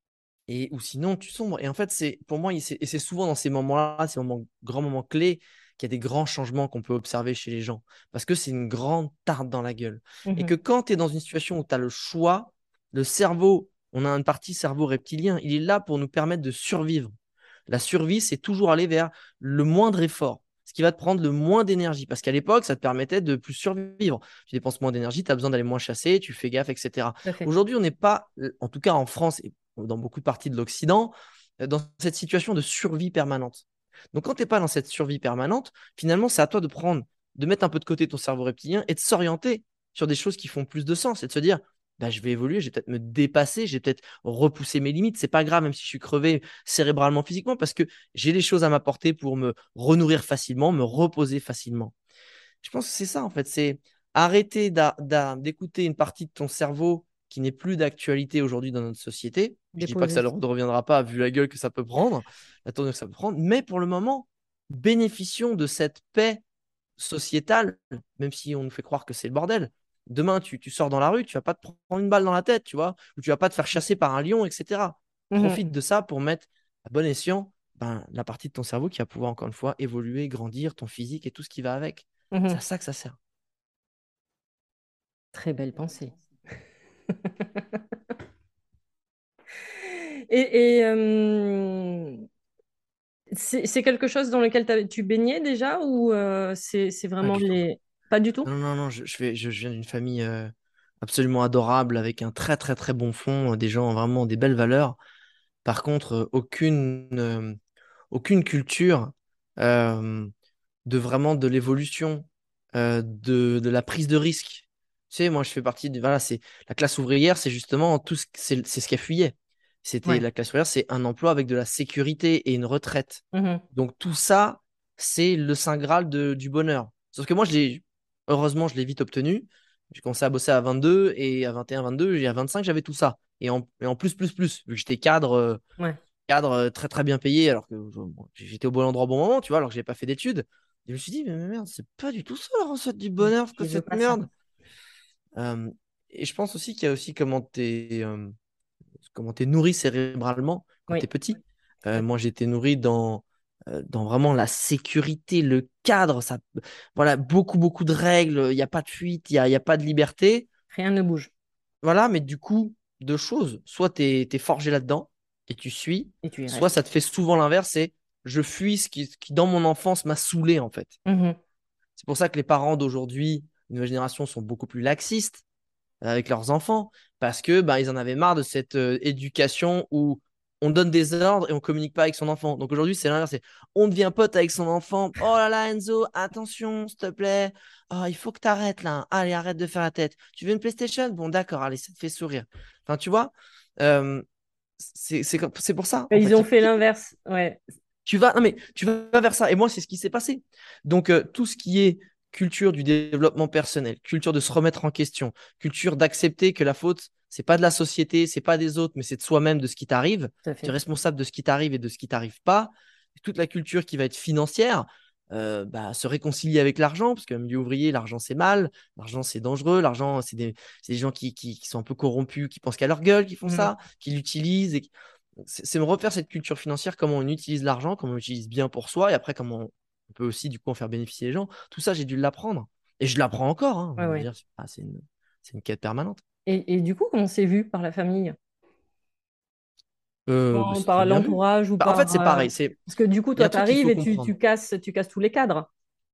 et ou sinon tu sombres. Et en fait, c'est pour moi, et c'est et c'est souvent dans ces moments-là, ces moments, grands moments clés, qu'il y a des grands changements qu'on peut observer chez les gens. Parce que c'est une grande tarte dans la gueule. Et que Mhm. quand tu es dans une situation où tu as le choix, le cerveau, on a une partie cerveau reptilien, il est là pour nous permettre de survivre. La survie, c'est toujours aller vers le moindre effort, ce qui va te prendre le moins d'énergie. Parce qu'à l'époque, ça te permettait de plus survivre. Tu dépenses moins d'énergie, tu as besoin d'aller moins chasser, tu fais gaffe, et cetera. Tout à fait. Aujourd'hui, on n'est pas, en tout cas en France et dans beaucoup de parties de l'Occident, dans cette situation de survie permanente. Donc, quand tu n'es pas dans cette survie permanente, finalement, c'est à toi de prendre, de mettre un peu de côté ton cerveau reptilien et de s'orienter sur des choses qui font plus de sens et de se dire, bah, je vais évoluer, je vais peut-être me dépasser, je vais peut-être repousser mes limites. C'est pas grave, même si je suis crevé cérébralement, physiquement, parce que j'ai les choses à m'apporter pour me renourrir facilement, me reposer facilement. Je pense que c'est ça, en fait. C'est arrêter d'a- d'a- d'écouter une partie de ton cerveau qui n'est plus d'actualité aujourd'hui dans notre société. Je dis pas que ça Déposer. ne reviendra pas, vu la gueule que ça peut prendre, la tournure que ça peut prendre, mais pour le moment, bénéficions de cette paix sociétale, même si on nous fait croire que c'est le bordel. Demain, tu, tu sors dans la rue, tu vas pas te prendre une balle dans la tête, tu vois, ou tu vas pas te faire chasser par un lion, et cetera. Profite Mhm. de ça pour mettre à bon escient ben, la partie de ton cerveau qui va pouvoir, encore une fois, évoluer, grandir, ton physique et tout ce qui va avec. C'est à Mhm. ça que ça sert. Très belle pensée. Et, et, euh, c'est c'est quelque chose dans lequel t'as- tu baignais déjà ou euh, c'est c'est Pas vraiment du tout. les... Pas du tout? Non, non, non, je, je, fais- je- je viens d'une famille euh, absolument adorable, avec un très, très, très bon fond, euh, des gens vraiment des belles valeurs. Par contre, euh, aucune, euh, aucune culture euh, de vraiment de l'évolution, euh, de, de la prise de risque. Tu sais, moi, je fais partie de, voilà, c'est la classe ouvrière, c'est justement tout ce, c'est, c'est ce qu'elle fuyait. C'était Ouais. la classe ouvrière, c'est un emploi avec de la sécurité et une retraite. Mhm. Donc tout ça, c'est le saint graal de- du bonheur. Sauf que moi, je l'ai, heureusement, je l'ai vite obtenu. J'ai commencé à bosser à vingt-deux et à vingt et un, vingt-deux, et à vingt-cinq, j'avais tout ça. Et en, et en plus, plus, plus, vu que j'étais cadre, euh, Ouais. cadre euh, très très bien payé, alors que bon, j'étais au bon endroit au bon moment, tu vois, alors que j'ai pas fait d'études. Et je me suis dit, mais merde, c'est pas du tout ça la recette du bonheur que Je veux cette pas ça. merde. Euh, et je pense aussi qu'il y a aussi comment t'es euh, comment t'es nourri cérébralement quand t'es Oui. petit. Tout Euh, à fait. moi, j'ai été nourri dans, euh, dans vraiment la sécurité, le cadre, ça, voilà, beaucoup, beaucoup de règles, il n'y a pas de fuite, il n'y a, il y a pas de liberté. Rien ne bouge. Voilà, mais du coup, deux choses. Soit tu es, forgé là-dedans et tu suis, Et tu y soit restes. ça te fait souvent l'inverse, c'est je fuis ce qui, ce qui, dans mon enfance, m'a saoulé, en fait. Mhm. C'est pour ça que les parents d'aujourd'hui, une nouvelle génération, sont beaucoup plus laxistes euh, avec leurs enfants, parce que bah, ils en avaient marre de cette euh, éducation où on donne des ordres et on communique pas avec son enfant. Donc aujourd'hui, c'est l'inverse. C'est on devient pote avec son enfant. Oh là là, Enzo, attention, s'il te plaît. Oh, il faut que tu arrêtes là. Allez, arrête de faire la tête. Tu veux une PlayStation? Bon, d'accord, allez, ça te fait sourire. Enfin, tu vois, euh, c'est c'est comme- c'est pour ça, Et en ils fait. ont Il- fait il- l'inverse. Ouais. tu vas, non, mais tu vas vers ça. Et moi, c'est ce qui s'est passé. Donc, euh, tout ce qui est culture du développement personnel, culture de se remettre en question, culture d'accepter que la faute, c'est pas de la société, c'est pas des autres, mais c'est de soi-même, de ce qui t'arrive. Tout à Tu es fait. responsable de ce qui t'arrive et de ce qui t'arrive pas. Toute la culture qui va être financière. euh, bah, se réconcilier avec l'argent, parce qu'un milieu ouvrier, l'argent c'est mal, l'argent c'est dangereux, l'argent c'est des, c'est des gens qui, qui, qui sont un peu corrompus, qui pensent qu'à leur gueule, qui font Mhm. ça, qui l'utilisent. Et qui- C'est c'est me refaire cette culture financière, comment on utilise l'argent, comment on l'utilise bien pour soi, et après comment on peut aussi du coup en faire bénéficier les gens. Tout ça, j'ai dû l'apprendre. Et je l'apprends encore, hein. Ouais, Je veux ouais. dire, c'est pas- c'est une, c'est une quête permanente. Et, et du coup, comment c'est vu par la famille? Euh, bah, Souvent c'est par très bien vu. l'entourage ou Bah, en fait, par... c'est euh, pareil. C'est... Parce que du coup, Il y a toi, un tu truc qu'il arrives faut et tu, tu comprendre. casses, tu casses tous les cadres.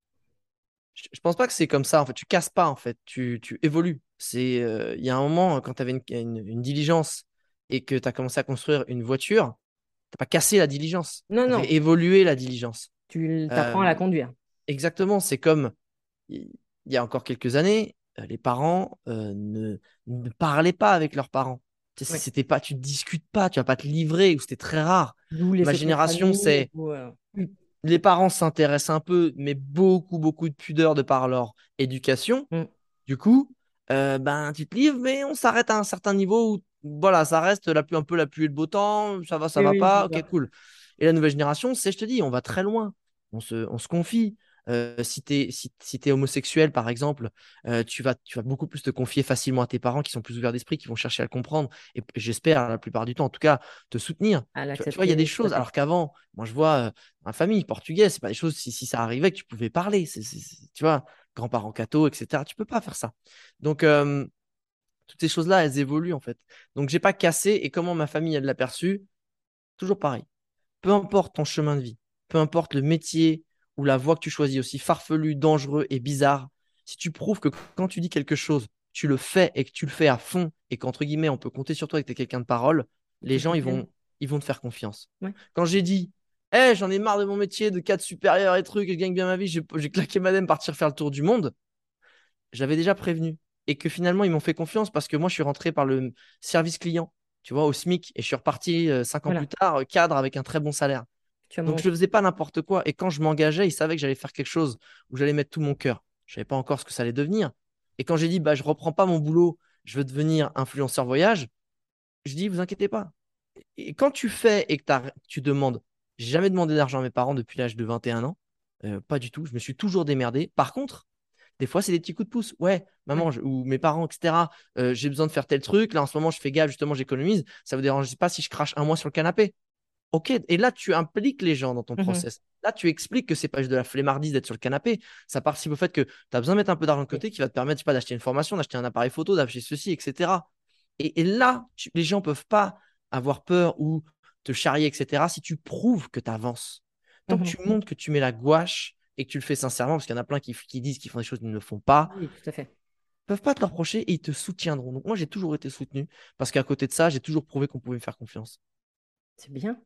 Je, je pense pas que c'est comme ça. En fait, tu casses pas. En fait, tu, tu évolues. C'est, euh, il y a un moment, quand tu avais une, une- une diligence et que tu as commencé à construire une voiture, t'as pas cassé la diligence. Non, Tu as non, fait évoluer la diligence. tu t'apprends à Euh, la conduire. Exactement. C'est comme il il y a encore quelques années, euh, les parents euh, ne, ne parlaient pas avec leurs parents. Tu sais, Oui. c'était pas, tu discutes pas, tu vas pas te livrer, ou c'était très rare. D'où les Ma secrets de génération, famille. c'est Ou, euh, les parents s'intéressent un peu, mais beaucoup, beaucoup de pudeur de par leur éducation. mm. Du coup, euh, ben, tu te livres, mais on s'arrête à un certain niveau où, voilà, ça reste la pluie, un peu la pluie et le beau temps, ça va, ça Oui, va oui, je pas, vois. ok, cool. Et la nouvelle génération, c'est, je te dis, on va très loin, on se, on se confie. Euh, si tu es, si, si t'es homosexuel, par exemple, euh, tu vas, tu vas beaucoup plus te confier facilement à tes parents qui sont plus ouverts d'esprit, qui vont chercher à le comprendre, et j'espère, la plupart du temps, en tout cas, te soutenir. À Tu vois, tu vois, il y a des l'accepter, tout à choses, fait. alors qu'avant, moi, je vois, euh, ma famille portugaise, c'est pas des choses, si, si ça arrivait, que tu pouvais parler. C'est, c'est- c'est- tu vois, grands-parents cathos, et cetera. Tu peux pas faire ça. Donc, euh, toutes ces choses-là, elles évoluent en fait. Donc, j'ai pas cassé. Et comment ma famille, elle l'a perçu? Toujours pareil. Peu importe ton chemin de vie, peu importe le métier ou la voie que tu choisis, aussi farfelu, dangereux et bizarre, si tu prouves que quand tu dis quelque chose, tu le fais et que tu le fais à fond et qu'entre guillemets, on peut compter sur toi et que tu es quelqu'un de parole, Ils les te gens, ils soutiennent. vont, ils vont te faire confiance. Ouais. Quand j'ai dit, hey, j'en ai marre de mon métier, de cadre supérieur et trucs, et je gagne bien ma vie, j'ai j'ai claqué madame partir faire le tour du monde, j'avais déjà prévenu. Et que finalement, ils m'ont fait confiance parce que moi, je suis rentré par le service client, tu vois, au SMIC, et je suis reparti euh, cinq ans plus Voilà, tard, euh, cadre avec un très bon salaire. tu as Donc, je ne montré. faisais pas n'importe quoi. Et quand je m'engageais, ils savaient que j'allais faire quelque chose où j'allais mettre tout mon cœur. Je ne savais pas encore ce que ça allait devenir. Et quand j'ai dit, bah, je ne reprends pas mon boulot, je veux devenir influenceur voyage, je dis, vous inquiétez pas. Et quand tu fais et que t'as- tu demandes, j'ai jamais demandé d'argent à mes parents depuis l'âge de vingt et un ans, euh, pas du tout. Je me suis toujours démerdé. Par contre, des fois, c'est des petits coups de pouce. Ouais, Ouais. maman je- ou mes parents, et cetera. euh, j'ai besoin de faire tel truc. Là, en ce moment, je fais gaffe, justement, j'économise. Ça vous dérange pas si je crache un mois sur le canapé? Ok. Et là, tu impliques les gens dans ton Mhm. process. Là, tu expliques que c'est pas juste de la flemmardise d'être sur le canapé. Ça participe au fait que tu as besoin de mettre un peu d'argent de Oui. côté qui va te permettre, je sais pas, d'acheter une formation, d'acheter un appareil photo, d'acheter ceci, et cetera. Et, et là, tu- les gens peuvent pas avoir peur ou te charrier, et cetera, si tu prouves que tu avances. Tant que Mhm. tu montres que tu mets la gouache et que tu le fais sincèrement, parce qu'il y en a plein qui, qui disent qu'ils font des choses qu'ils ne font pas, Oui, tout à fait. peuvent pas te le reprocher et ils te soutiendront. Donc moi, j'ai toujours été soutenu parce qu'à côté de ça, j'ai toujours prouvé qu'on pouvait me faire confiance. C'est bien.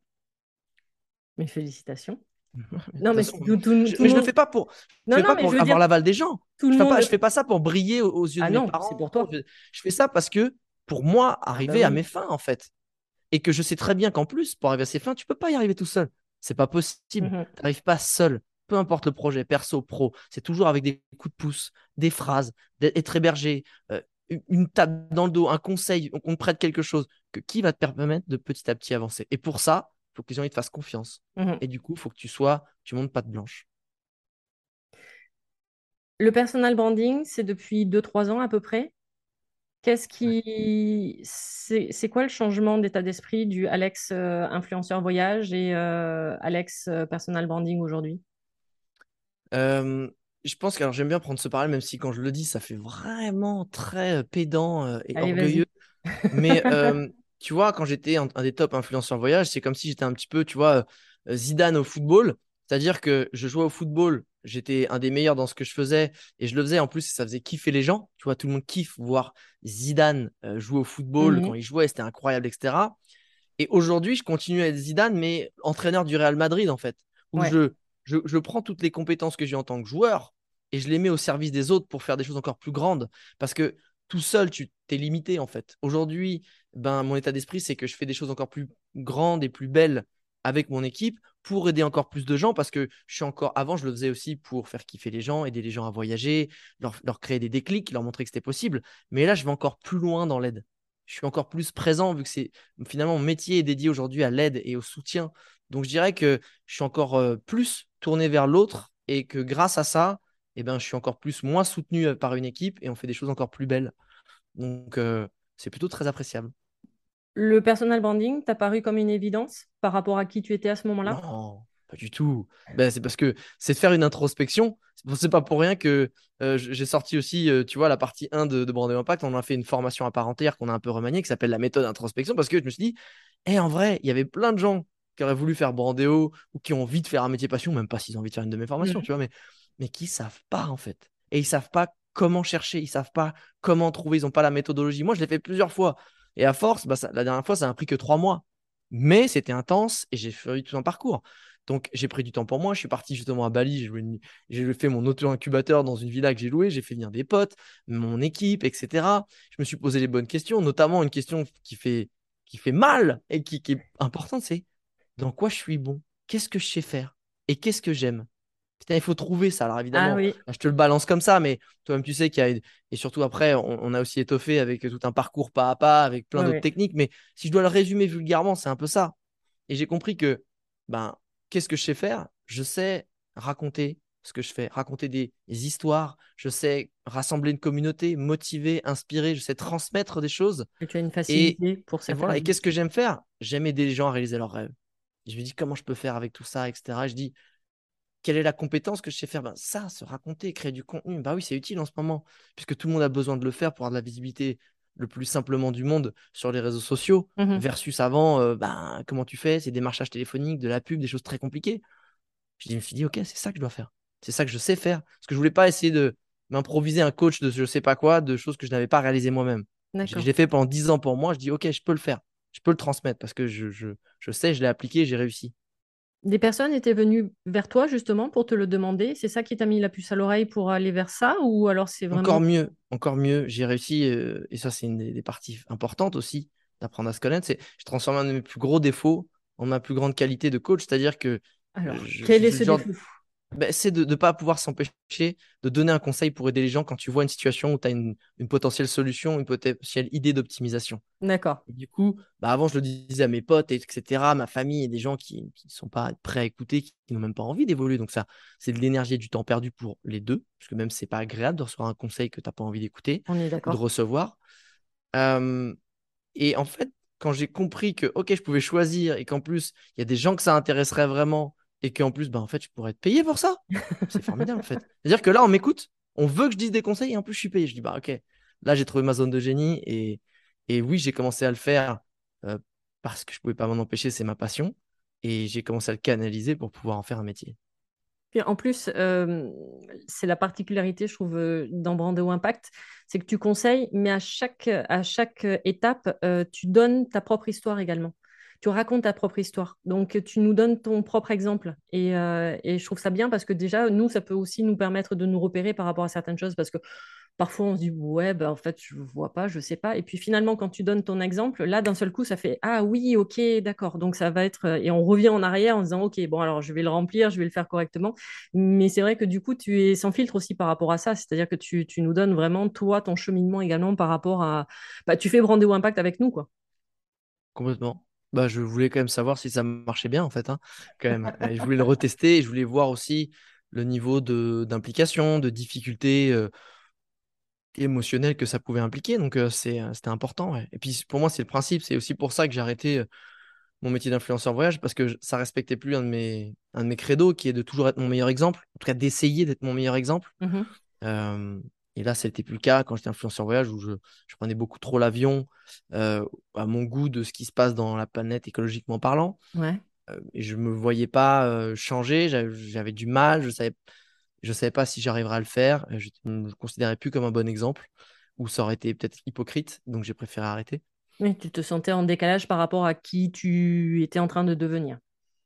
Mes félicitations. De toute Non, mais façon, tout, tout- je- tout le mais je le monde. fais pas pour, je Non, fais non, pas mais je pour veux dire, avoir l'aval des gens. tout Je le fais pas, monde. je fais pas ça pour briller aux, aux yeux Ah de mes non, c'est parents. pour toi. Je, je fais ça parce que pour moi, Ah bah arriver à oui. mes fins, en fait, et que je sais très bien qu'en plus, pour arriver à ces fins, tu peux pas y arriver tout seul. C'est pas possible. Mhm. Tu n'arrives pas seul. Peu importe le projet, perso, pro, c'est toujours avec des coups de pouce, des phrases, d'être hébergé, euh, une une tape dans le dos, un conseil, on te prête quelque chose, que, qui va te permettre de petit à petit avancer. Et pour ça, il faut que les gens ils te fassent confiance. Mhm. Et du coup, il faut que tu sois, tu montes patte blanche. Le personal branding, c'est depuis deux trois ans à peu près. Qu'est-ce qui, c'est c'est quoi le changement d'état d'esprit du Alex euh, influenceur voyage et euh, Alex euh, personal branding aujourd'hui? Euh, je pense que alors, j'aime bien prendre ce parallèle, même si quand je le dis, ça fait vraiment très euh, pédant euh, et Allez, orgueilleux. vas-y. Mais euh, tu vois, quand j'étais un, un des top influenceurs voyage, c'est comme si j'étais un petit peu, tu vois, euh, Zidane au football. C'est-à-dire que je jouais au football, j'étais un des meilleurs dans ce que je faisais et je le faisais en plus, ça faisait kiffer les gens. Tu vois, tout le monde kiffe voir Zidane euh, jouer au football quand Mhm. il jouait, c'était incroyable, et cetera. Et aujourd'hui, je continue à être Zidane, mais entraîneur du Real Madrid, en fait, où Ouais. je, je, je prends toutes les compétences que j'ai en tant que joueur et je les mets au service des autres pour faire des choses encore plus grandes. Parce que tout seul, tu t'es limité, en fait. Aujourd'hui, ben, mon état d'esprit, c'est que je fais des choses encore plus grandes et plus belles avec mon équipe pour aider encore plus de gens parce que je suis encore avant je le faisais aussi pour faire kiffer les gens, aider les gens à voyager, leur, leur créer des déclics, leur montrer que c'était possible, mais là je vais encore plus loin dans l'aide, je suis encore plus présent vu que c'est finalement mon métier est dédié aujourd'hui à l'aide et au soutien. Donc je dirais que je suis encore euh, plus tourné vers l'autre et que grâce à ça, eh ben, je suis encore plus moins soutenu euh, par une équipe et on fait des choses encore plus belles. Donc, euh, c'est plutôt très appréciable. Le personal branding t'a paru comme une évidence par rapport à qui tu étais à ce moment-là? Non, pas du tout. Ben, c'est parce que c'est de faire une introspection. C'est pour- c'est pas pour rien que euh, j- j'ai sorti aussi, euh, tu vois, la partie un de, de Branding Impact. On a fait une formation à part entière qu'on a un peu remaniée qui s'appelle la méthode introspection parce que je me suis dit, eh, en vrai, il y avait plein de gens qui auraient voulu faire Brandéo ou qui ont envie de faire un métier passion, même pas s'ils ont envie de faire une de mes formations, Mhm. tu vois, mais, mais qui savent pas en fait. Et ils savent pas comment chercher, ils savent pas comment trouver, ils ont pas la méthodologie. Moi, je l'ai fait plusieurs fois. Et à force, bah, ça- la dernière fois, ça a pris que trois mois. Mais c'était intense et j'ai fait tout un parcours. Donc, j'ai pris du temps pour moi. Je suis parti justement à Bali. J'ai, loué une- j'ai fait mon auto-incubateur dans une villa que j'ai louée. J'ai fait venir des potes, mon équipe, et cetera. Je me suis posé les bonnes questions, notamment une question qui fait, qui fait mal et qui, qui est importante, c'est dans quoi je suis bon? Qu'est-ce que je sais faire? Et qu'est-ce que j'aime? Putain, il faut trouver ça. Alors Ah évidemment, oui, là, je te le balance comme ça, mais toi-même, tu sais qu'il y a... Et surtout après, on, on a aussi étoffé avec tout un parcours pas à pas, avec plein oui, d'autres oui. techniques. Mais si je dois le résumer vulgairement, c'est un peu ça. Et j'ai compris que, ben, qu'est-ce que je sais faire? Je sais raconter ce que je fais, raconter des, des histoires. Je sais rassembler une communauté, motiver, inspirer. Je sais transmettre des choses. Que tu as une Et, facilité pour et voilà. Et certaines qu'est-ce que choses. j'aime faire? J'aime aider les gens à réaliser leurs rêves. Je me dis comment je peux faire avec tout ça, et cetera. Et je dis, quelle est la compétence que je sais faire? Ben, ça, se raconter, créer du contenu. Bah oui, c'est utile en ce moment, puisque tout le monde a besoin de le faire pour avoir de la visibilité le plus simplement du monde sur les réseaux sociaux, Mhm. versus avant, euh, ben, comment tu fais? C'est des marchages téléphoniques, de la pub, des choses très compliquées. Je me suis dit, ok, c'est ça que je dois faire. C'est ça que je sais faire. Parce que je voulais pas essayer de m'improviser un coach de je sais pas quoi, de choses que je n'avais pas réalisées moi-même. Je, je D'accord. l'ai fait pendant dix ans pour moi. Je dis, ok, je peux le faire. Je peux le transmettre parce que je, je, je sais, je l'ai appliqué, j'ai réussi. Des personnes étaient venues vers toi justement pour te le demander. C'est ça qui t'a mis la puce à l'oreille pour aller vers ça ou alors c'est vraiment... Encore mieux, encore mieux, j'ai réussi, euh, et ça c'est une des, des parties importantes aussi d'apprendre à se connaître, c'est je transforme un de mes plus gros défauts en ma plus grande qualité de coach, c'est-à-dire que euh, Alors, je, je quel est suis le ce genre, défaut? ben, c'est de ne pas pouvoir s'empêcher de donner un conseil pour aider les gens quand tu vois une situation où tu as une, une potentielle solution, une potentielle idée d'optimisation. D'accord. Et du coup, bah avant, je le disais à mes potes, et cetera, ma famille et des gens qui ne sont pas prêts à écouter, qui, qui n'ont même pas envie d'évoluer. Donc, ça, c'est de l'énergie et du temps perdu pour les deux, parce que même, c'est pas agréable de recevoir un conseil que tu n'as pas envie d'écouter On est ou de d'accord. recevoir. Euh, et en fait, quand j'ai compris que, OK, je pouvais choisir et qu'en plus, il y a des gens que ça intéresserait vraiment et qu'en plus, bah, en fait, je pourrais être payé pour ça, c'est formidable, en fait. C'est-à-dire que là, on m'écoute, on veut que je dise des conseils et en plus, je suis payé. Je dis, bah, OK, là, j'ai trouvé ma zone de génie et, et oui, j'ai commencé à le faire euh, parce que je pouvais pas m'en empêcher, c'est ma passion. Et j'ai commencé à le canaliser pour pouvoir en faire un métier. Puis en plus, euh, c'est la particularité, je trouve, euh, dans Brandeo Impact, c'est que tu conseilles, mais à chaque, à chaque étape, euh, tu donnes ta propre histoire également. Tu racontes ta propre histoire. Donc, tu nous donnes ton propre exemple. Et, euh, et je trouve ça bien parce que déjà, nous, ça peut aussi nous permettre de nous repérer par rapport à certaines choses parce que parfois, on se dit, ouais, ben, en fait, je ne vois pas, je ne sais pas. Et puis finalement, quand tu donnes ton exemple, là, d'un seul coup, ça fait, ah oui, ok, d'accord. Donc, ça va être... Et on revient en arrière en disant, ok, bon, alors, je vais le remplir, je vais le faire correctement. Mais c'est vrai que du coup, tu es sans filtre aussi par rapport à ça. C'est-à-dire que tu, tu nous donnes vraiment, toi, ton cheminement également par rapport à... Bah, tu fais Brandéo Impact avec nous, quoi. Complètement. Bah, je voulais quand même savoir si ça marchait bien, en fait, hein, quand même. Et je voulais le retester et je voulais voir aussi le niveau de d'implication, de difficulté euh, émotionnelle que ça pouvait impliquer. Donc, euh, c'est, euh, c'était important. Ouais. Et puis, pour moi, c'est le principe. C'est aussi pour ça que j'ai arrêté euh, mon métier d'influenceur voyage parce que je- ça respectait plus un de mes, un de mes credos qui est de toujours être mon meilleur exemple, en tout cas d'essayer d'être mon meilleur exemple. Mhm. Euh, et là, ça n'était plus le cas quand j'étais influenceur voyage où je, je prenais beaucoup trop l'avion euh, à mon goût de ce qui se passe dans la planète écologiquement parlant. Ouais. Euh, et je me voyais pas euh, changer, j'avais j'avais du mal, je savais, je savais pas si j'arriverais à le faire. Euh, Je ne le considérais plus comme un bon exemple, ou ça aurait été peut-être hypocrite, donc j'ai préféré arrêter. Oui, tu te sentais en décalage par rapport à qui tu étais en train de devenir.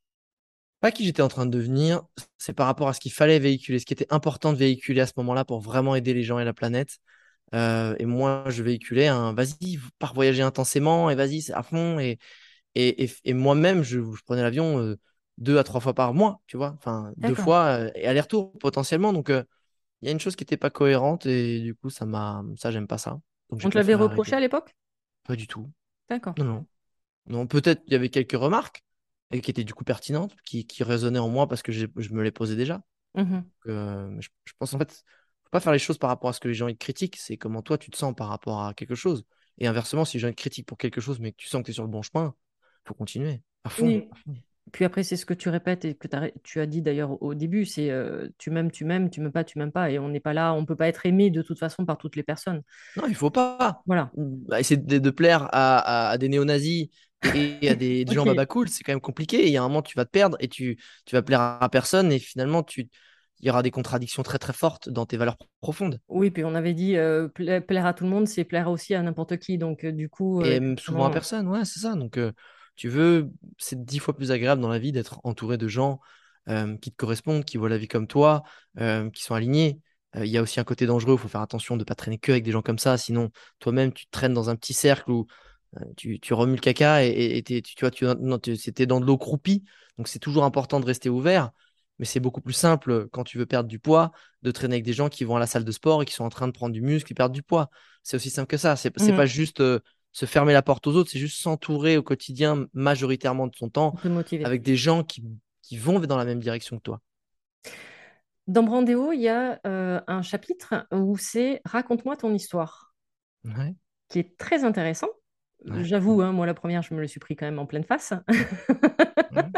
Pas qui j'étais en train de devenir, c'est par rapport à ce qu'il fallait véhiculer, ce qui était important de véhiculer à ce moment-là pour vraiment aider les gens et la planète. Euh, et moi, je véhiculais un vas-y, pars voyager intensément et vas-y, c'est à fond. Et, et, et, et moi-même, je, je prenais l'avion euh, deux à trois fois par mois, tu vois, enfin deux D'accord. fois euh, et aller-retour potentiellement. Donc, euh, il y a une chose qui n'était pas cohérente et du coup, ça m'a, ça, j'aime pas ça. Donc, j'ai On te l'avait préféré reproché arrêter. à l'époque? Pas du tout. D'accord. Non, non. Non, peut-être il y avait quelques remarques et qui étaient du coup pertinentes, qui, qui résonnaient en moi parce que j'ai- je me les posais déjà. Mhm. Euh, je, je pense en fait, faut pas faire les choses par rapport à ce que les gens ils te critiquent, c'est comment toi tu te sens par rapport à quelque chose. Et inversement, si les gens ils te critiquent pour quelque chose, mais que tu sens que tu es sur le bon chemin, faut continuer à fond. Oui. Puis après, c'est ce que tu répètes et que t'as- tu as dit d'ailleurs au début, c'est euh, tu m'aimes, tu m'aimes, tu m'aimes pas, tu m'aimes pas. Et on n'est pas là, on peut pas être aimé de toute façon par toutes les personnes. Non, il faut pas. Voilà. Bah, essayer de, de plaire à, à- à des néo-nazis et, et à des, des gens Ok. baba cool, c'est quand même compliqué. Il y a un moment, tu vas te perdre et tu, tu vas plaire à personne et finalement, tu, il y aura des contradictions très très fortes dans tes valeurs profondes. Oui, puis on avait dit euh, pla- plaire à tout le monde, c'est plaire aussi à n'importe qui. Donc, euh, du coup, euh, Et même souvent à effectivement, personne, ouais, c'est ça. Donc, euh, tu veux, c'est dix fois plus agréable dans la vie d'être entouré de gens euh, qui te correspondent, qui voient la vie comme toi, euh, qui sont alignés. Euh, Il y a aussi un côté dangereux, il faut faire attention de ne pas traîner que avec des gens comme ça, sinon toi-même tu te traînes dans un petit cercle où euh, tu, tu remues le caca et, et- et t'es- tu, tu vois, tu, non, tu- c'était dans de l'eau croupie. Donc c'est toujours important de rester ouvert, mais c'est beaucoup plus simple quand tu veux perdre du poids de traîner avec des gens qui vont à la salle de sport et qui sont en train de prendre du muscle et perdre du poids. C'est aussi simple que ça. C'est c'est mhm, pas juste euh, se fermer la porte aux autres, c'est juste s'entourer au quotidien, majoritairement de son temps, on peut motiver. avec des gens qui, qui vont dans la même direction que toi. Dans Brandéo, il y a euh, un chapitre où c'est Raconte-moi ton histoire, Ouais, qui est très intéressant. ouais, J'avoue, hein, moi, la première, je me le suis pris quand même en pleine face. ouais.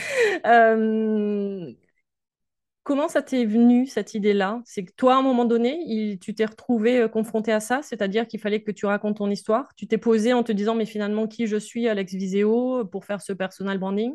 Euh, Comment ça t'est venu, cette idée-là? C'est que toi, à un moment donné, il- tu t'es retrouvé euh, confronté à ça, c'est-à-dire qu'il fallait que tu racontes ton histoire. Tu t'es posé en te disant, mais finalement, qui je suis, Alex Viseo, pour faire ce personal branding?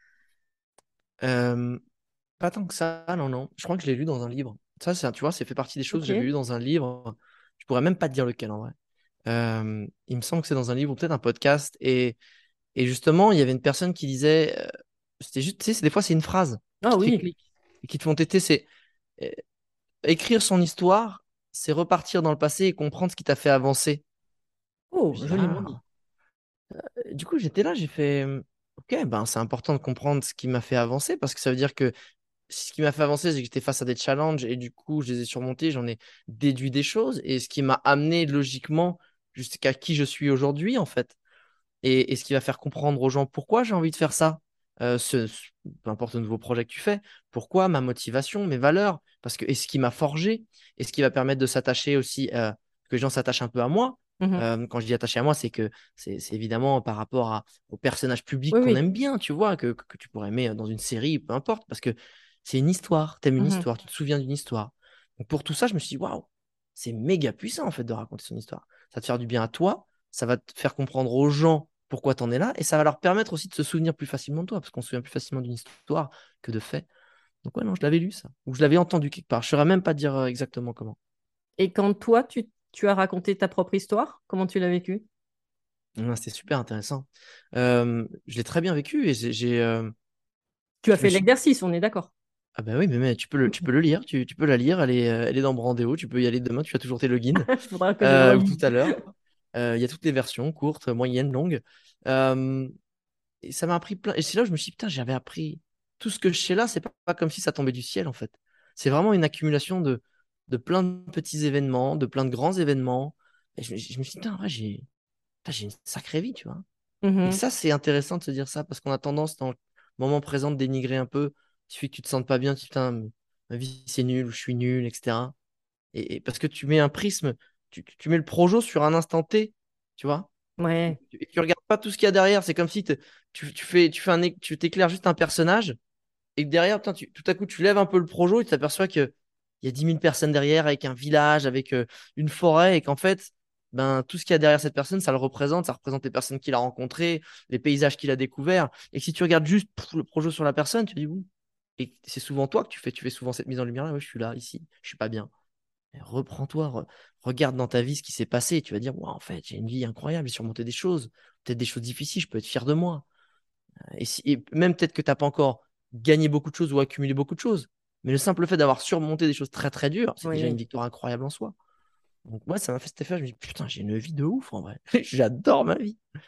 Euh, Pas tant que ça, non, non. Je crois que je l'ai lu dans un livre. Ça, c'est, tu vois, c'est fait partie des choses que Ok. j'avais lu dans un livre. Je pourrais même pas te dire lequel en vrai. Euh, il me semble que c'est dans un livre ou peut-être un podcast. Et, et justement, il y avait une personne qui disait, euh, c'était juste, tu sais, c'est- des fois, c'est une phrase Ah qui te fait oui. clic et qui te font téter. C'est euh, écrire son histoire, c'est repartir dans le passé et comprendre ce qui t'a fait avancer. Je Oh, dis, joliment dit. ah. Du coup, j'étais là, j'ai fait, ok, ben, c'est important de comprendre ce qui m'a fait avancer parce que ça veut dire que ce qui m'a fait avancer, c'est que j'étais face à des challenges et du coup, je les ai surmontés, j'en ai déduit des choses et ce qui m'a amené logiquement jusqu'à qui je suis aujourd'hui, en fait. Et, et ce qui va faire comprendre aux gens pourquoi j'ai envie de faire ça, euh, ce, ce- peu importe le nouveau projet que tu fais, pourquoi ma motivation, mes valeurs, parce que, et ce qui m'a forgé, et ce qui va permettre de s'attacher aussi, euh, que les gens s'attachent un peu à moi. Mhm. Euh, quand je dis attaché à moi, c'est que c'est c'est évidemment par rapport à, au personnage public Oui, qu'on oui. aime bien, tu vois, que, que, que tu pourrais aimer dans une série, peu importe, parce que c'est une histoire, t'aimes une Mhm. histoire, tu te souviens d'une histoire. Donc pour tout ça, je me suis dit, waouh, c'est méga puissant en fait de raconter son histoire. Ça va te faire du bien à toi, ça va te faire comprendre aux gens pourquoi tu en es là, et ça va leur permettre aussi de se souvenir plus facilement de toi, parce qu'on se souvient plus facilement d'une histoire que de faits. Donc ouais, non, je l'avais lu ça, ou je l'avais entendu quelque part. Je ne saurais même pas dire euh, exactement comment. Et quand toi, tu, tu as raconté ta propre histoire, comment tu l'as vécu? Ouais, c'était super intéressant. Euh, je l'ai très bien vécu et j'ai, j'ai, euh, Tu as je me fait suis... l'exercice, on est d'accord. Ah bah oui, mais, mais tu peux le, tu peux le lire, tu, tu peux la lire, elle est, euh, elle est dans Brandéo, tu peux y aller demain, tu as toujours tes logins, Il faudra que je le euh, ou tout relise. à l'heure. Euh, Il y a toutes les versions, courtes, moyennes, longues. Euh, et ça m'a appris plein. Et c'est là où je me suis dit, putain, j'avais appris tout ce que je sais là, c'est pas, pas comme si ça tombait du ciel en fait. C'est vraiment une accumulation de, de plein de petits événements, de plein de grands événements. Et je, me je me suis dit, putain, en vrai, j'ai putain, j'ai une sacrée vie, tu vois. Et Mhm. ça, c'est intéressant de se dire ça parce qu'on a tendance dans le moment présent de dénigrer un peu. Il suffit que tu te sentes pas bien, tu te dis, putain, ma vie c'est nul, ou je suis nul, et cetera. Et, et parce que tu mets un prisme, tu, tu mets le projo sur un instant T, tu vois. Ouais. Et tu regardes pas tout ce qu'il y a derrière. C'est comme si te- tu, tu fais, tu fais un, é- tu t'éclaires juste un personnage et que derrière, putain, tu- tout à coup, tu lèves un peu le projo et tu t'aperçois qu'il y a dix mille personnes derrière avec un village, avec euh, une forêt et qu'en fait, ben, tout ce qu'il y a derrière cette personne, ça le représente. Ça représente les personnes qu'il a rencontrées, les paysages qu'il a découverts. Et que si tu regardes juste pff, le projo sur la personne, tu te dis, oui. Et c'est souvent toi que tu fais. Tu fais souvent cette mise en lumière. Là, ouais, je suis là, ici, je suis pas bien. Reprends-toi, re- regarde dans ta vie ce qui s'est passé. Tu vas dire, ouais, en fait, j'ai une vie incroyable, j'ai surmonté des choses, peut-être des choses difficiles, je peux être fier de moi. Et, si- et même peut-être que tu n'as pas encore gagné beaucoup de choses ou accumulé beaucoup de choses. Mais le simple fait d'avoir surmonté des choses très très dures, c'est déjà une Oui. victoire incroyable en soi. Donc moi, ça m'a fait cet effet. Je me dis, putain, j'ai une vie de ouf en vrai. J'adore ma vie.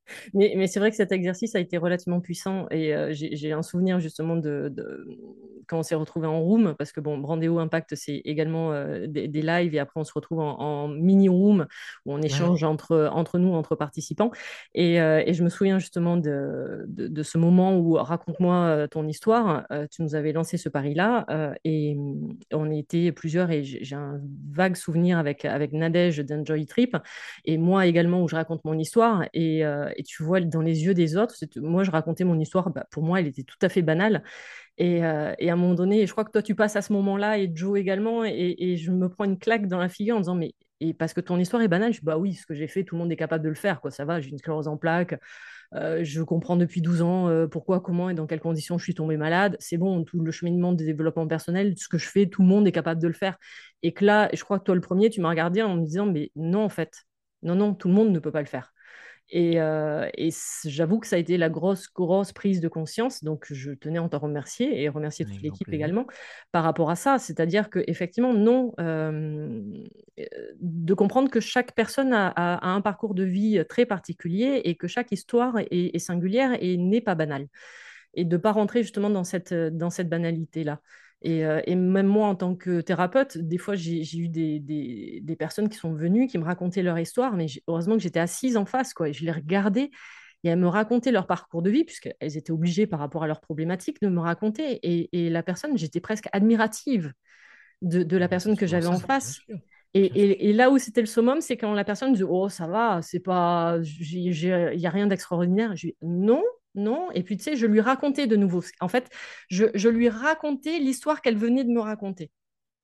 Mais, mais c'est vrai que cet exercice a été relativement puissant et euh, j'ai j'ai un souvenir justement de, de- quand on s'est retrouvé en room, parce que bon, Brandéo Impact, c'est également euh, des, des lives et après on se retrouve en, en mini room où on Ouais, échange entre, entre nous, entre participants. Et, euh, et je me souviens justement de, de, de ce moment où raconte-moi euh, ton histoire. Euh, tu nous avais lancé ce pari-là euh, et euh, on était plusieurs et j'ai j'ai un vague souvenir avec, avec Nadège d'Enjoy Trip et moi également où je raconte mon histoire et, euh, et tu vois dans les yeux des autres, c'est- moi je racontais mon histoire, bah, pour moi elle était tout à fait banale et, euh, et à un moment donné, je crois que toi tu passes à ce moment-là et Joe également et, et je me prends une claque dans la figure en disant mais et parce que ton histoire est banale, je dis bah oui, ce que j'ai fait, tout le monde est capable de le faire, quoi, ça va, j'ai une sclérose en plaques, euh, je comprends depuis douze ans euh, pourquoi, comment et dans quelles conditions je suis tombée malade. C'est bon, tout le cheminement de développement personnel, ce que je fais, tout le monde est capable de le faire. Et que là, je crois que toi, le premier, tu m'as regardé en me disant, mais non, en fait, non, non, tout le monde ne peut pas le faire. Et, euh, et j'avoue que ça a été la grosse, grosse prise de conscience. Donc, je tenais à t'en remercier et remercier toute avec grand l'équipe plaisir. également par rapport à ça. C'est-à-dire que effectivement, non, euh, de comprendre que chaque personne a, a- a un parcours de vie très particulier et que chaque histoire est, est singulière et n'est pas banale et de ne pas rentrer justement dans cette, dans cette banalité-là. Et, euh, et même moi, en tant que thérapeute, des fois, j'ai j'ai eu des, des, des personnes qui sont venues, qui me racontaient leur histoire, mais j'ai- heureusement que j'étais assise en face, quoi, et je les regardais, et elles me racontaient leur parcours de vie, puisqu'elles étaient obligées par rapport à leurs problématiques de me raconter. Et, et la personne, j'étais presque admirative de, de la Mais c'est personne que souvent j'avais en ça, bien face. sûr. Et, Bien sûr. et- et là où c'était le summum, c'est quand la personne dit oh ça va, c'est pas, il y a rien d'extraordinaire. Je dis non, non. Et puis tu sais, je lui racontais de nouveau. En fait, je, je lui racontais l'histoire qu'elle venait de me raconter.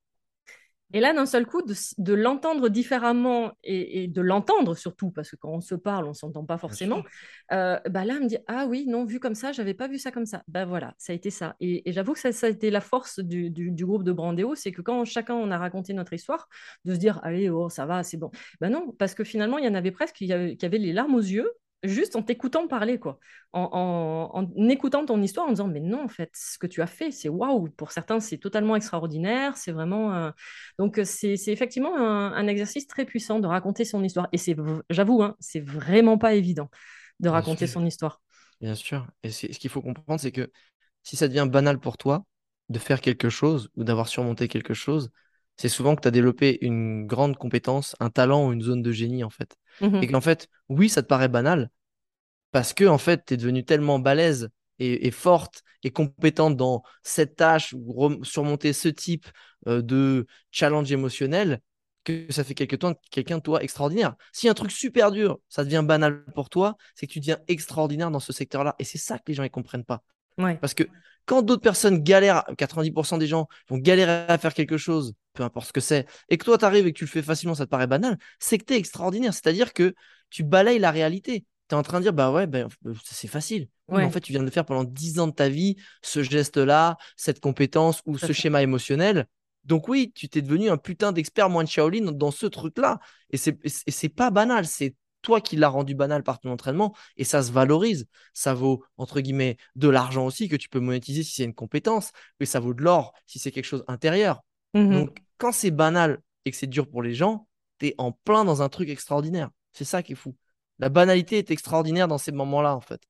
Et là, d'un seul coup, de, de l'entendre différemment et, et de l'entendre surtout, parce que quand on se parle, on ne s'entend pas Bien forcément, sûr. euh, bah là, elle me dit, ah oui, non, vu comme ça, j'avais pas vu ça comme ça. Ben voilà, ça a été ça. Et, et j'avoue que ça, ça a été la force du, du, du groupe de Brandéo, c'est que quand chacun on a raconté notre histoire, de se dire, allez, oh, ça va, c'est bon. Ben non, parce que finalement, il y en avait presque qui avaient, qui avaient les larmes aux yeux, juste en t'écoutant parler, quoi. En, en, en écoutant ton histoire, en disant, mais non, en fait, ce que tu as fait, c'est waouh. Pour certains, c'est totalement extraordinaire, c'est vraiment. euh, donc, euh, c'est c'est effectivement un, un exercice très puissant de raconter son histoire. Et c'est, v- j'avoue, hein, c'est vraiment pas évident de Bien raconter sûr. son histoire. Bien sûr. Et c'est- ce qu'il faut comprendre, c'est que si ça devient banal pour toi de faire quelque chose ou d'avoir surmonté quelque chose, c'est souvent que tu as développé une grande compétence, un talent ou une zone de génie, en fait. Et Mhm. qu'en fait, oui, ça te paraît banal parce que, en fait, tu es devenue tellement balèze et, et forte et compétente dans cette tâche ou rem- surmonter ce type euh, de challenge émotionnel que ça fait quelque temps quelqu'un de toi extraordinaire. Si un truc super dur, ça devient banal pour toi, c'est que tu deviens extraordinaire dans ce secteur-là. Et c'est ça que les gens ne comprennent pas. Ouais, Parce que quand d'autres personnes galèrent, quatre-vingt-dix pour cent des gens vont galérer à faire quelque chose, peu importe ce que c'est, et que toi, tu arrives et que tu le fais facilement, ça te paraît banal, c'est que tu es extraordinaire. C'est-à-dire que tu balayes la réalité. Tu es en train de dire, bah ouais, ben, c'est facile. Oui, mais en ouais, fait, tu viens de le faire pendant dix ans de ta vie, ce geste-là, cette compétence ou tout à ce fait. schéma émotionnel. Donc oui, tu t'es devenu un putain d'expert moine Shaolin dans ce truc-là. Et c'est et c'est pas banal, c'est toi qui l'as rendu banal par ton entraînement et ça se valorise. Ça vaut, entre guillemets, de l'argent aussi que tu peux monétiser si c'est une compétence, mais ça vaut de l'or si c'est quelque chose intérieur. Mhm. Donc, quand c'est banal et que c'est dur pour les gens, tu es en plein dans un truc extraordinaire. C'est ça qui est fou. La banalité est extraordinaire dans ces moments-là, en fait.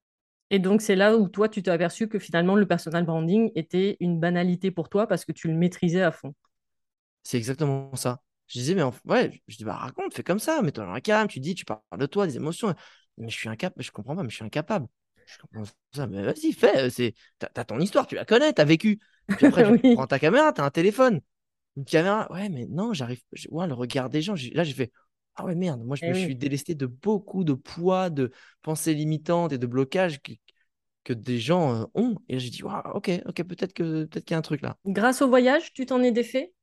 Et donc, c'est là où toi, tu t'es aperçu que finalement, le personal branding était une banalité pour toi parce que tu le maîtrisais à fond. C'est exactement ça. Je disais, mais en- ouais, je dis, bah raconte, fais comme ça, mets-toi dans la calme, tu dis, tu parles de toi, des émotions. Mais je suis incapable, je comprends pas, mais je suis incapable. Je comprends ça, mais vas-y, fais, euh, c'est, t'as, t'as ton histoire, tu la connais, t'as vécu. Puis après, tu Oui. prends ta caméra, t'as un téléphone. Une caméra, ouais, mais non, j'arrive. je- Ouais, le regard des gens, j'ai- là, j'ai fait, ah ouais, merde, moi, je Eh me oui. suis délesté de beaucoup de poids, de pensées limitantes et de blocages que, que des gens euh, ont. Et là, j'ai dit, waouh, ok, ok, peut-être que peut-être qu'il y a un truc là. Grâce au voyage, tu t'en es défait?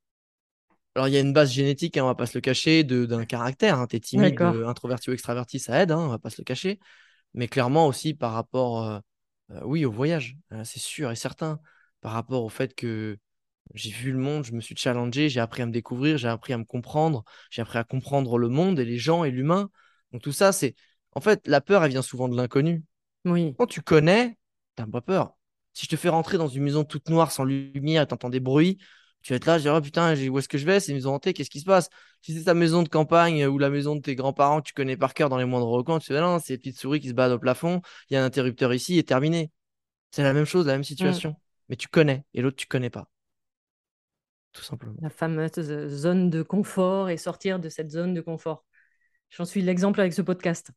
Alors, il y a une base génétique, hein, on va pas se le cacher, de, d'un caractère. Hein. T'es timide, D'accord. euh, introverti ou extraverti, ça aide, hein, on va pas se le cacher. Mais clairement aussi par rapport, euh, euh, oui, au voyage, euh, c'est sûr et certain. Par rapport au fait que j'ai vu le monde, je me suis challengé, j'ai appris à me découvrir, j'ai appris à me comprendre, j'ai appris à comprendre le monde et les gens et l'humain. Donc tout ça, c'est... En fait, la peur, elle vient souvent de l'inconnu. Oui. Quand tu connais, t'as pas peur. Si je te fais rentrer dans une maison toute noire, sans lumière, et t'entends des bruits, Tu vas être là, je dis, oh putain, j'ai- où est-ce que je vais? C'est une maison hantée, qu'est-ce qui se passe? Si c'est ta maison de campagne ou la maison de tes grands-parents que tu connais par cœur dans les moindres recoins, tu fais, non, c'est les petites souris qui se baladent au plafond, il y a un interrupteur ici et terminé. C'est la même chose, la même Mm. situation. Mais tu connais et l'autre, tu connais pas, tout simplement. La fameuse euh, zone de confort et sortir de cette zone de confort. J'en suis l'exemple avec ce podcast.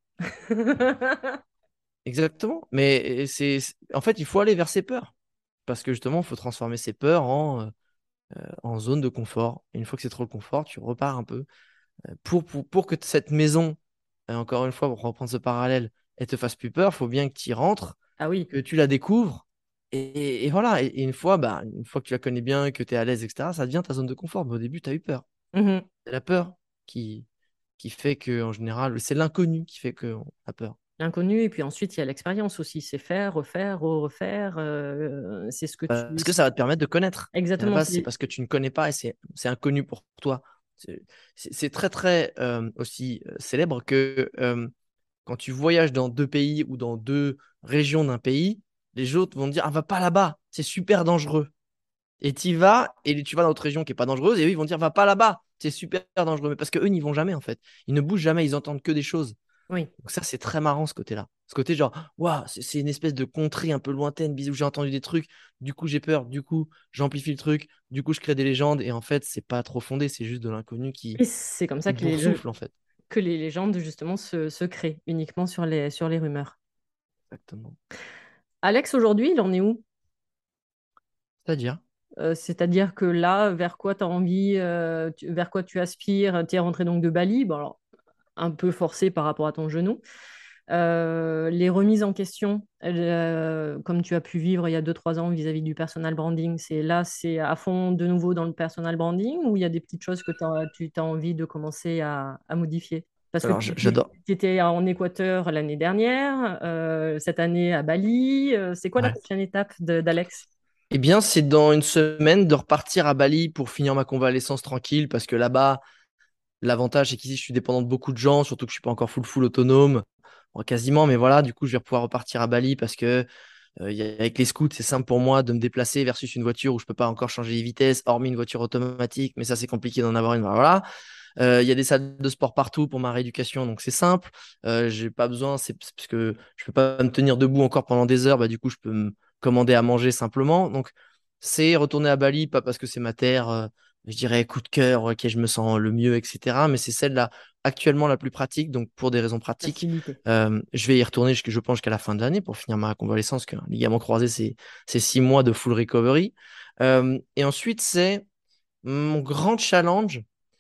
Exactement. Mais c'est, c'est- en fait, il faut aller vers ses peurs. Parce que justement, il faut transformer ses peurs en, euh, en zone de confort. Et une fois que c'est trop le confort, tu repars un peu. Euh, Pour, pour, pour que cette maison, euh, encore une fois, pour reprendre ce parallèle, elle te fasse plus peur, il faut bien que tu y rentres, Ah oui. que tu la découvres. Et, et voilà. Et, et une fois, bah, une fois que tu la connais bien, que tu es à l'aise, et cetera, ça devient ta zone de confort. Mais au début, tu as eu peur. Mhm. C'est la peur qui, qui fait que, en général, c'est l'inconnu qui fait qu'on a peur. L'inconnu, et puis ensuite, il y a l'expérience aussi. C'est faire, refaire, refaire. Euh, c'est ce que tu... Parce que ça va te permettre de connaître. À la Exactement. base, c'est c'est- parce que tu ne connais pas et c'est c'est inconnu pour toi. C'est c'est- c'est très, très euh, aussi euh, célèbre que euh, quand tu voyages dans deux pays ou dans deux régions d'un pays, les autres vont te dire, ah, va pas là-bas, c'est super dangereux. Et tu y vas, et tu vas dans notre région qui est pas dangereuse, et eux, ils vont te dire, va pas là-bas, c'est super dangereux. Mais parce qu'eux, ils n'y vont jamais, en fait. Ils ne bougent jamais, ils entendent que des choses. Oui. Donc ça, c'est très marrant ce côté-là. Ce côté genre, waouh, c'est c'est une espèce de contrée un peu lointaine, bisous, j'ai entendu des trucs, du coup j'ai peur, du coup j'amplifie le truc, du coup je crée des légendes, et en fait, c'est pas trop fondé, c'est juste de l'inconnu qui, Et c'est comme ça qui te que les, le- boursoufle, en fait. que les légendes, justement, se, se créent uniquement sur les, sur les rumeurs. Exactement. Alex, aujourd'hui, il en est où? C'est-à-dire, Euh, c'est-à-dire que là, vers quoi tu as envie, euh, tu- vers quoi tu aspires? Tu es rentré donc de Bali, bon, alors, un peu forcé par rapport à ton genou. Euh, les remises en question, euh, comme tu as pu vivre il y a deux trois ans vis-à-vis du personal branding, c'est là, c'est à fond de nouveau dans le personal branding ou il y a des petites choses que t'as- tu as envie de commencer à, à modifier? Parce que alors tu j- étais, j'adore. tu étais en Équateur l'année dernière, euh, cette année à Bali. Euh, c'est quoi la Ouais. prochaine étape de- d'Alex? Eh bien, c'est dans une semaine de repartir à Bali pour finir ma convalescence tranquille, parce que là-bas, l'avantage, c'est qu'ici, je suis dépendant de beaucoup de gens, surtout que je suis pas encore full full autonome. Bon, quasiment, mais voilà, du coup, je vais pouvoir repartir à Bali parce que Euh, y a- avec les scouts, c'est simple pour moi de me déplacer versus une voiture où je peux pas encore changer les vitesses, hormis une voiture automatique, mais ça c'est compliqué d'en avoir une. Voilà. Euh, Il y a des salles de sport partout pour ma rééducation, donc c'est simple. Euh, j'ai pas besoin, c'est c'est parce que je peux pas me tenir debout encore pendant des heures, bah du coup je peux me commander à manger simplement. Donc c'est retourner à Bali, pas parce que c'est ma terre, euh, je dirais coup de cœur, ok, je me sens le mieux, et cetera. Mais c'est celle-là actuellement la plus pratique, donc pour des raisons pratiques. Facilité. Euh, je vais y retourner, jusqu'- je pense, jusqu'à la fin de l'année pour finir ma convalescence, qu'un ligament croisé, c'est c'est six mois de full recovery. Euh, et ensuite, c'est mon grand challenge,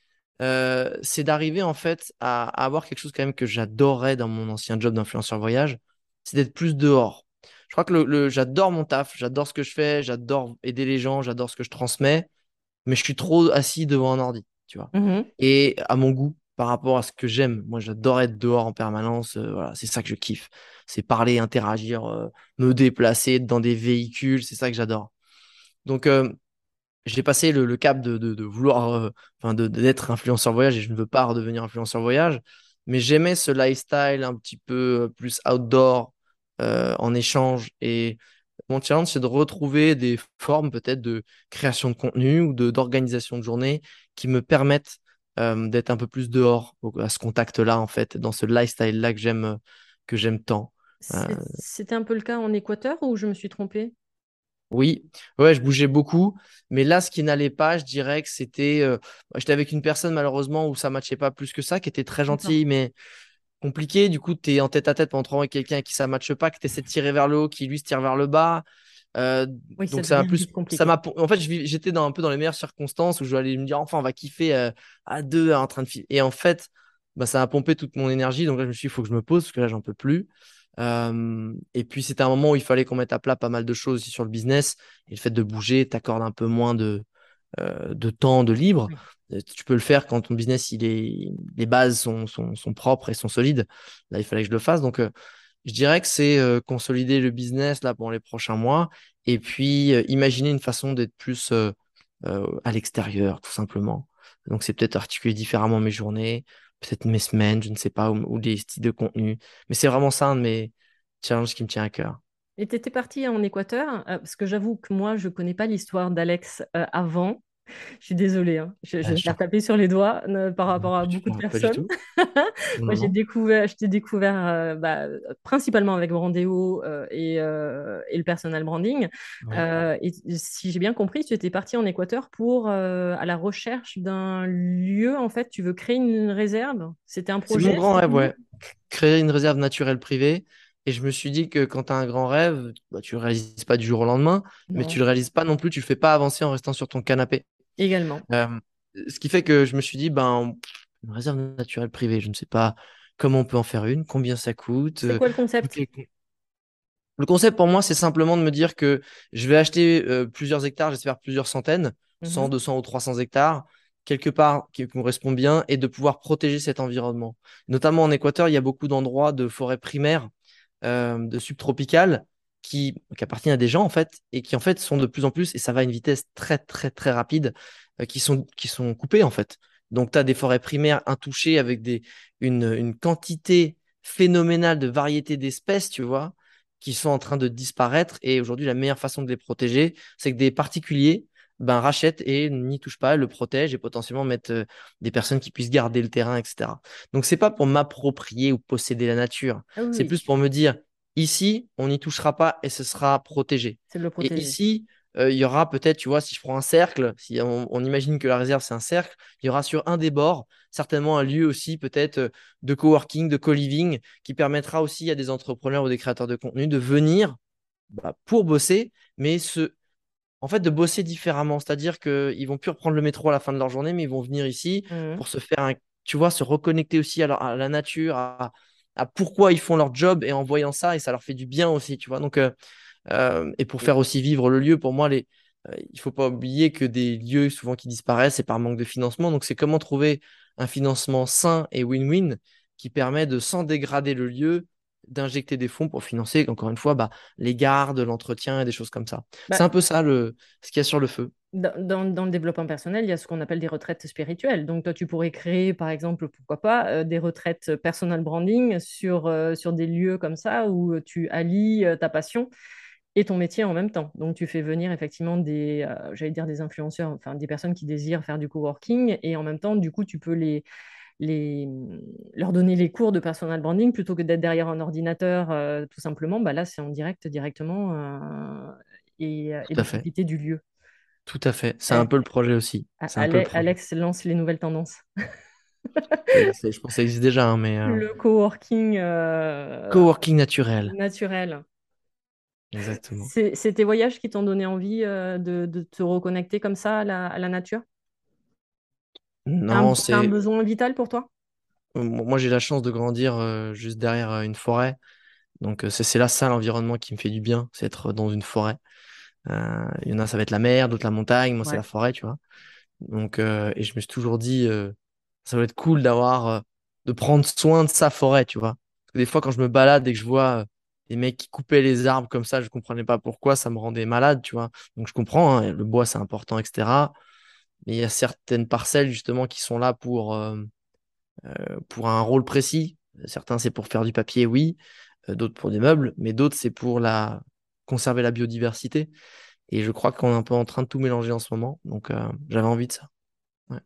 euh, c'est d'arriver en fait à, à avoir quelque chose quand même que j'adorais dans mon ancien job d'influenceur voyage, c'est d'être plus dehors. Je crois que le, le- j'adore mon taf, j'adore ce que je fais, j'adore aider les gens, j'adore ce que je transmets, mais je suis trop assis devant un ordi, tu vois. Mhm. Et à mon goût, par rapport à ce que j'aime, moi j'adore être dehors en permanence, euh, voilà, c'est ça que je kiffe. C'est parler, interagir, euh, me déplacer, être dans des véhicules, c'est ça que j'adore. Donc, euh, j'ai passé le, le cap de, de, de vouloir, euh, enfin, de, d'être influenceur voyage et je ne veux pas redevenir influenceur voyage, mais j'aimais ce lifestyle un petit peu plus outdoor euh, en échange. Et mon challenge, c'est de retrouver des formes peut-être de création de contenu ou de d'organisation de journée qui me permettent euh, d'être un peu plus dehors au- à ce contact-là, en fait, dans ce lifestyle-là que j'aime que j'aime tant. Euh, C'est- C'était un peu le cas en Équateur ou je me suis trompée? Oui, ouais, je bougeais beaucoup, mais là, ce qui n'allait pas, je dirais que c'était, euh, j'étais avec une personne malheureusement où ça matchait pas plus que ça, qui était très D'accord. gentille, mais compliqué. Du coup, tu es en tête à tête pendant trois mois avec quelqu'un avec qui ça matche pas, que tu essaies de tirer vers le haut, qui lui se tire vers le bas. Euh, Oui, ça donc ça m'a devient plus, vite ça compliqué. m'a, en fait, je vis- j'étais dans un peu dans les meilleures circonstances où je allais me dire, enfin, on va kiffer euh, à deux, en train de filer. Et en fait, bah, ça a pompé toute mon énergie. Donc là, je me suis dit, il faut que je me pose parce que là, j'en peux plus. Euh, et puis, c'était un moment où il fallait qu'on mette à plat pas mal de choses aussi sur le business. Et le fait de bouger t'accorde un peu moins de, euh, de temps de libre. Oui. Euh, Tu peux le faire quand ton business, il est, les bases sont, sont, sont propres et sont solides. Là, il fallait que je le fasse. Donc, euh, je dirais que c'est euh, consolider le business là pendant les prochains mois et puis euh, imaginer une façon d'être plus euh, euh, à l'extérieur, tout simplement. Donc, c'est peut-être articuler différemment mes journées, peut-être mes semaines, je ne sais pas, ou, ou des styles de contenu. Mais c'est vraiment ça un de mes challenges qui me tient à cœur. Et tu étais parti en Équateur, euh, parce que j'avoue que moi, je ne connais pas l'histoire d'Alex euh, avant. Je suis désolée, hein. Je, je Euh, vais me je t'en- faire taper sur les doigts euh, par non, rapport pas à du, beaucoup de non, pas du personnes. tout. Non, Moi, non, j'ai non. découvert, je t'ai découvert euh, bah, principalement avec Brandéo euh, et, euh, et le personal branding. Oui. Euh, et si j'ai bien compris, tu étais parti en Équateur pour euh, à la recherche d'un lieu. En fait, tu veux créer une réserve. C'était un C'est mon projet, grand c'était rêve, comment? ouais. Créer une réserve naturelle privée. Et je me suis dit que quand tu as un grand rêve, bah, tu le réalises pas du jour au lendemain, mais tu Non, le réalises pas non plus, tu le fais pas avancer en restant sur ton canapé. également. Euh, Ce qui fait que je me suis dit, ben, une réserve naturelle privée, je ne sais pas comment on peut en faire une, combien ça coûte, C'est euh, quoi le toutes concept? les Le concept pour moi, c'est simplement de me dire que je vais acheter euh, plusieurs hectares, j'espère plusieurs centaines, cent, Mhm. deux cents ou trois cents hectares, quelque part qui correspond bien, et de pouvoir protéger cet environnement. Notamment en Équateur, il y a beaucoup d'endroits de forêts primaires, euh, de subtropicales, qui, qui appartiennent à des gens en fait, et qui en fait sont de plus en plus, et ça va à une vitesse très très très rapide, euh, qui sont, qui sont coupées en fait. Donc tu as des forêts primaires intouchées avec des, une, une quantité phénoménale de variétés d'espèces, tu vois qui sont en train de disparaître. Et aujourd'hui, la meilleure façon de les protéger, c'est que des particuliers ben, rachètent et n'y touchent pas, le protègent et potentiellement mettent euh, des personnes qui puissent garder le terrain, et cetera. Donc, c'est pas pour m'approprier ou posséder la nature. Ah oui, C'est oui, plus pour me dire, ici, on n'y touchera pas et ce sera protégé. c'est de le Et protéger. ici, euh, il y aura peut-être, tu vois, si je prends un cercle, si on, on imagine que la réserve, c'est un cercle, il y aura sur un des bords certainement un lieu aussi peut-être euh, de coworking, de co-living, qui permettra aussi à des entrepreneurs ou des créateurs de contenu de venir bah, pour bosser, mais ce, en fait, de bosser différemment. C'est-à-dire qu'ils vont plus reprendre le métro à la fin de leur journée, mais ils vont venir ici Mhm. pour se faire un, tu vois, se reconnecter aussi à, leur- à la nature, à, à pourquoi ils font leur job et en voyant ça, et ça leur fait du bien aussi, tu vois. Donc, euh, euh, et pour faire aussi vivre le lieu, pour moi, les, euh, il faut pas oublier que des lieux souvent qui disparaissent, c'est par manque de financement. Donc, c'est comment trouver un financement sain et win-win qui permet de, sans dégrader le lieu, d'injecter des fonds pour financer, encore une fois, bah, les gardes, l'entretien et des choses comme ça. C'est Bah, un peu ça le, ce qu'il y a sur le feu. dans, dans- dans le développement personnel, il y a ce qu'on appelle des retraites spirituelles. Donc, toi, tu pourrais créer, par exemple, pourquoi pas, euh, des retraites personal branding sur, euh, sur des lieux comme ça où tu allies euh, ta passion et ton métier en même temps. Donc, tu fais venir effectivement des, euh, j'allais dire des influenceurs, enfin des personnes qui désirent faire du coworking et en même temps, du coup, tu peux les, les, leur donner les cours de personal branding plutôt que d'être derrière un ordinateur, euh, tout simplement. Bah, là, c'est en direct directement euh, et, et Tout de à fait. profiter du lieu. Tout à fait. C'est Euh, un peu le projet aussi. C'est un peu le Ale- projet. Alex lance les nouvelles tendances. C'est- c'est- je pense que ça existe déjà, hein, mais euh, Le coworking euh, coworking naturel. naturel. Exactement. C'est c'est tes voyages qui t'ont donné envie euh, de, de te reconnecter comme ça à la, à la nature? C'est un, Non, c'est un c'est besoin vital pour toi? moi j'ai la chance de grandir euh, juste derrière euh, une forêt. Donc euh, c'est c'est là ça l'environnement qui me fait du bien, c'est être dans une forêt. Euh, Il y en a ça va être la mer, d'autres la montagne, moi c'est Ouais. la forêt, tu vois. Donc euh, et je me suis toujours dit euh, ça va être cool d'avoir euh, de prendre soin de sa forêt, tu vois. Parce que des fois quand je me balade et que je vois euh, des mecs qui coupaient les arbres comme ça, je comprenais pas pourquoi, ça me rendait malade, tu vois. Donc je comprends, hein, le bois c'est important, et cetera. Mais il y a certaines parcelles justement qui sont là pour euh, pour un rôle précis. Certains, c'est pour faire du papier, oui, euh, d'autres pour des meubles, mais d'autres, c'est pour la... conserver la biodiversité. Et je crois qu'on est un peu en train de tout mélanger en ce moment. Donc, euh, j'avais envie de ça. Ouais.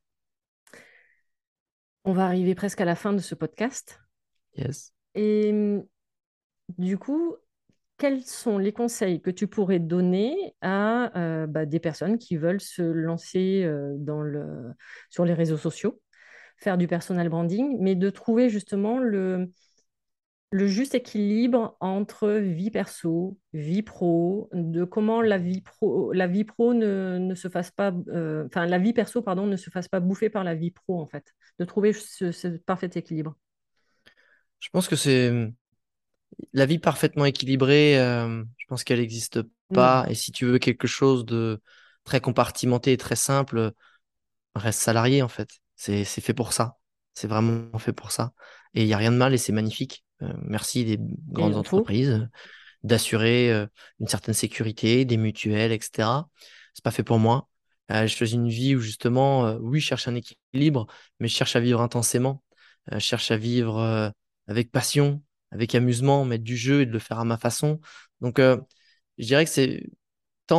On va arriver presque à la fin de ce podcast. Yes. Et hum, du coup, quels sont les conseils que tu pourrais donner à euh, bah, des personnes qui veulent se lancer euh, dans le, sur les réseaux sociaux, faire du personal branding, mais de trouver justement le, le juste équilibre entre vie perso, vie pro, de comment la vie pro, la vie pro ne, ne se fasse pas, euh, enfin la vie perso, pardon, ne se fasse pas bouffer par la vie pro en fait, de trouver ce, ce parfait équilibre. Je pense que c'est la vie parfaitement équilibrée. Euh, je pense qu'elle n'existe Non. pas. Et si tu veux quelque chose de très compartimenté et très simple, reste salarié en fait. C'est c'est fait pour ça. C'est vraiment fait pour ça. Et il n'y a rien de mal et c'est magnifique. Euh, merci des Et il grandes en faut. entreprises d'assurer euh, une certaine sécurité, des mutuelles, et cetera. C'est pas fait pour moi. Euh, je choisis une vie où justement, euh, oui, je cherche un équilibre, mais je cherche à vivre intensément. Euh, je cherche à vivre euh, avec passion, avec amusement, mettre du jeu et de le faire à ma façon. Donc, euh, je dirais que c'est tente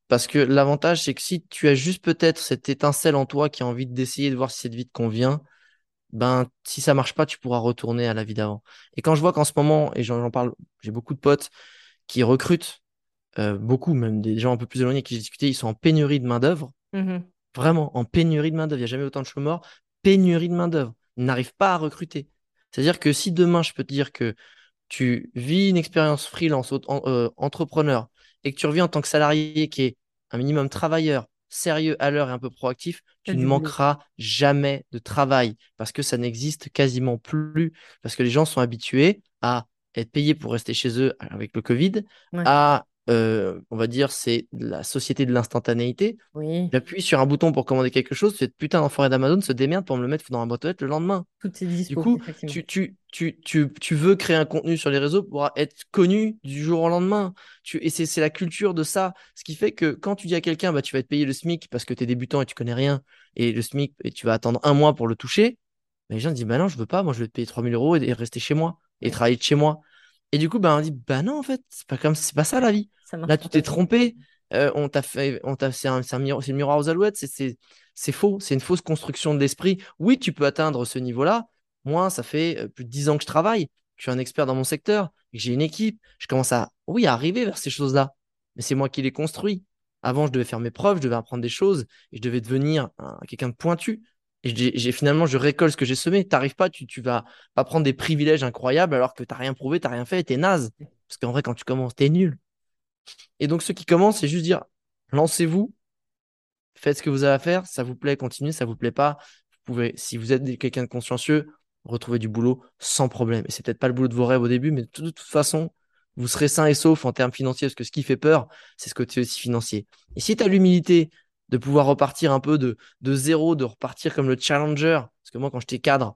Parce que l'avantage, c'est que si tu as juste peut-être cette étincelle en toi qui a envie d'essayer de voir si cette vie te convient, ben, si ça marche pas, tu pourras retourner à la vie d'avant. Et quand je vois qu'en ce moment, et j'en j'en parle, j'ai beaucoup de potes qui recrutent, euh, beaucoup, même des gens un peu plus éloignés avec qui j'ai discuté, ils sont en pénurie de main-d'œuvre. Mhm. Vraiment, en pénurie de main-d'œuvre. Il n'y a jamais autant de chômeurs. Pénurie de main-d'œuvre. Ils n'arrivent pas à recruter. C'est-à-dire que si demain, je peux te dire que tu vis une expérience freelance, aut- en- euh, entrepreneur, et que tu reviens en tant que salarié qui est un minimum travailleur, sérieux, à l'heure et un peu proactif, T'as tu ne du boulot. manqueras jamais de travail parce que ça n'existe quasiment plus, parce que les gens sont habitués à être payés pour rester chez eux avec le Covid, Ouais. à, euh, on va dire, c'est la société de l'instantanéité. Oui, J'appuie sur un bouton pour commander quelque chose, cette putain d'enfoiré d'Amazon se démerde pour me le mettre dans la boîte aux lettres le lendemain. tout est Du dispo, coup, effectivement. tu, tu, tu, tu, tu veux créer un contenu sur les réseaux pour être connu du jour au lendemain. Tu, et c'est c'est la culture de ça. Ce qui fait que quand tu dis à quelqu'un, bah, tu vas être payé le SMIC parce que tu es débutant et tu connais rien, et le SMIC, et tu vas attendre un mois pour le toucher, bah, les gens disent, bah non, je veux pas, moi je vais te payer trois mille euros et, et rester chez moi, et Oui, travailler de chez moi. Et du coup, bah, on dit, bah non, en fait, c'est pas comme, c'est pas ça la vie. ça Là, marche tu pas t'es comme ça. trompé. Euh, on t'a fait, on t'a, c'est un, c'est un miroir, c'est le miroir aux alouettes, c'est c'est- c'est faux, c'est une fausse construction de l'esprit. Oui, tu peux atteindre ce niveau-là. Moi, ça fait euh, plus de dix ans que je travaille. Je suis un expert dans mon secteur. J'ai une équipe. Je commence à, oui, à arriver vers ces choses-là. Mais c'est moi qui les construis. Avant, je devais faire mes preuves, je devais apprendre des choses et je devais devenir un- quelqu'un de pointu. Et j'ai, j'ai- finalement, je récolte ce que j'ai semé. T'arrives pas, tu, tu vas pas prendre des privilèges incroyables alors que t'as rien prouvé, t'as rien fait et t'es naze. Parce qu'en vrai, quand tu commences, t'es nul. Et donc, ceux qui commencent, c'est juste dire, lancez-vous, faites ce que vous avez à faire, ça vous plaît, continuez, ça vous plaît pas. Vous pouvez, si vous êtes quelqu'un de consciencieux, retrouver du boulot sans problème. Et c'est peut-être pas le boulot de vos rêves au début, mais de toute, de toute façon, vous serez sain et sauf en termes financiers, parce que ce qui fait peur, c'est ce côté aussi financier. Et si tu as l'humilité de pouvoir repartir un peu de, de zéro, de repartir comme le challenger, parce que moi, quand j'étais cadre,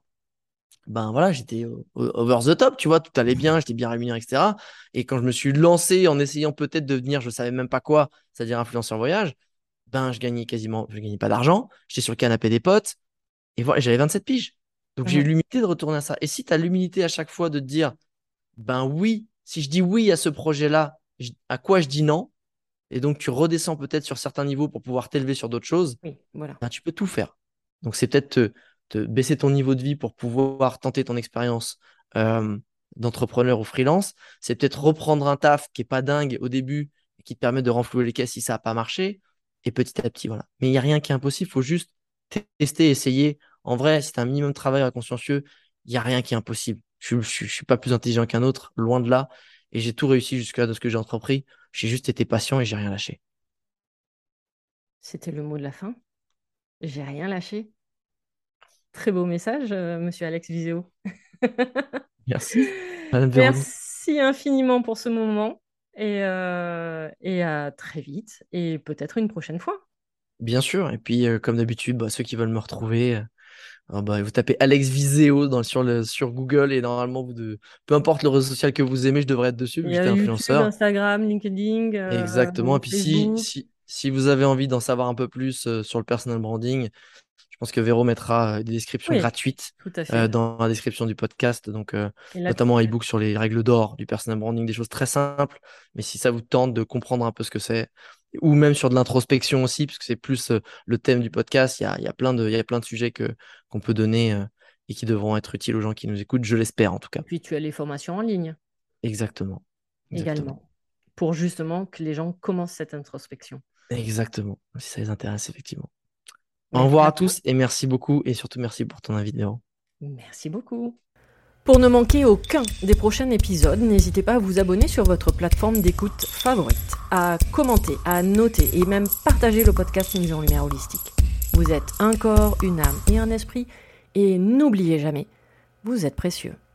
ben voilà, j'étais euh, over the top, tu vois, tout allait bien, j'étais bien rémunéré, et cetera. Et quand je me suis lancé en essayant peut-être de devenir, je savais même pas quoi, c'est-à-dire influenceur voyage, ben je gagnais quasiment, je gagnais pas d'argent, j'étais sur le canapé des potes, et voilà, j'avais vingt-sept piges. Donc j'ai eu Mhm. l'humilité de retourner à ça. Et si tu as l'humilité à chaque fois de te dire, ben oui, si je dis oui à ce projet-là, je- à quoi je dis non, et donc tu redescends peut-être sur certains niveaux pour pouvoir t'élever sur d'autres choses, Oui, voilà. ben tu peux tout faire. Donc c'est peut-être te, te baisser ton niveau de vie pour pouvoir tenter ton expérience euh, d'entrepreneur ou freelance. C'est peut-être reprendre un taf qui est pas dingue au début, et qui te permet de renflouer les caisses si ça n'a pas marché. Et petit à petit, voilà. Mais il n'y a rien qui est impossible, il faut juste tester, essayer. En vrai, si tu as un minimum de travail à consciencieux, il n'y a rien qui est impossible. Je ne suis, je suis pas plus intelligent qu'un autre, loin de là. Et j'ai tout réussi jusqu'à de ce que j'ai entrepris. J'ai juste été patient et j'ai rien lâché. C'était le mot de la fin. J'ai rien lâché. Très beau message, euh, monsieur Alex Viséo. Merci, Madame Véronique. Merci infiniment pour ce moment et, euh, et à très vite et peut-être une prochaine fois. Bien sûr. Et puis, euh, comme d'habitude, bah, ceux qui veulent me retrouver, euh, ah bah, vous tapez Alex Viséo dans, sur, le, sur Google et normalement, vous de, peu importe le réseau social que vous aimez, je devrais être dessus vu Il que y a j'étais YouTube, influenceur. Instagram, LinkedIn, euh, Exactement. Et puis, si, Facebook. si, si vous avez envie d'en savoir un peu plus euh, sur le personal branding, je pense que Véro mettra euh, des descriptions Oui, gratuites tout à euh, fait. dans la description du podcast, donc euh, Et là, notamment un ebook sur les règles d'or du personal branding, des choses très simples. Mais si ça vous tente de comprendre un peu ce que c'est, ou même sur de l'introspection aussi, parce que c'est plus euh, le thème du podcast, il y a, il y a plein de, il y a plein de sujets que, qu'on peut donner euh, et qui devront être utiles aux gens qui nous écoutent, je l'espère en tout cas. et puis tu as les formations en ligne Exactement. Exactement. également pour justement que les gens commencent cette introspection. Exactement. Si ça les intéresse, effectivement. Au Merci revoir à à toi. tous et merci beaucoup et surtout merci pour ton invite, Véro. Merci beaucoup. Pour ne manquer aucun des prochains épisodes, n'hésitez pas à vous abonner sur votre plateforme d'écoute favorite, à commenter, à noter et même partager le podcast Mise en Lumière Holistique. Vous êtes un corps, une âme et un esprit, et n'oubliez jamais, vous êtes précieux.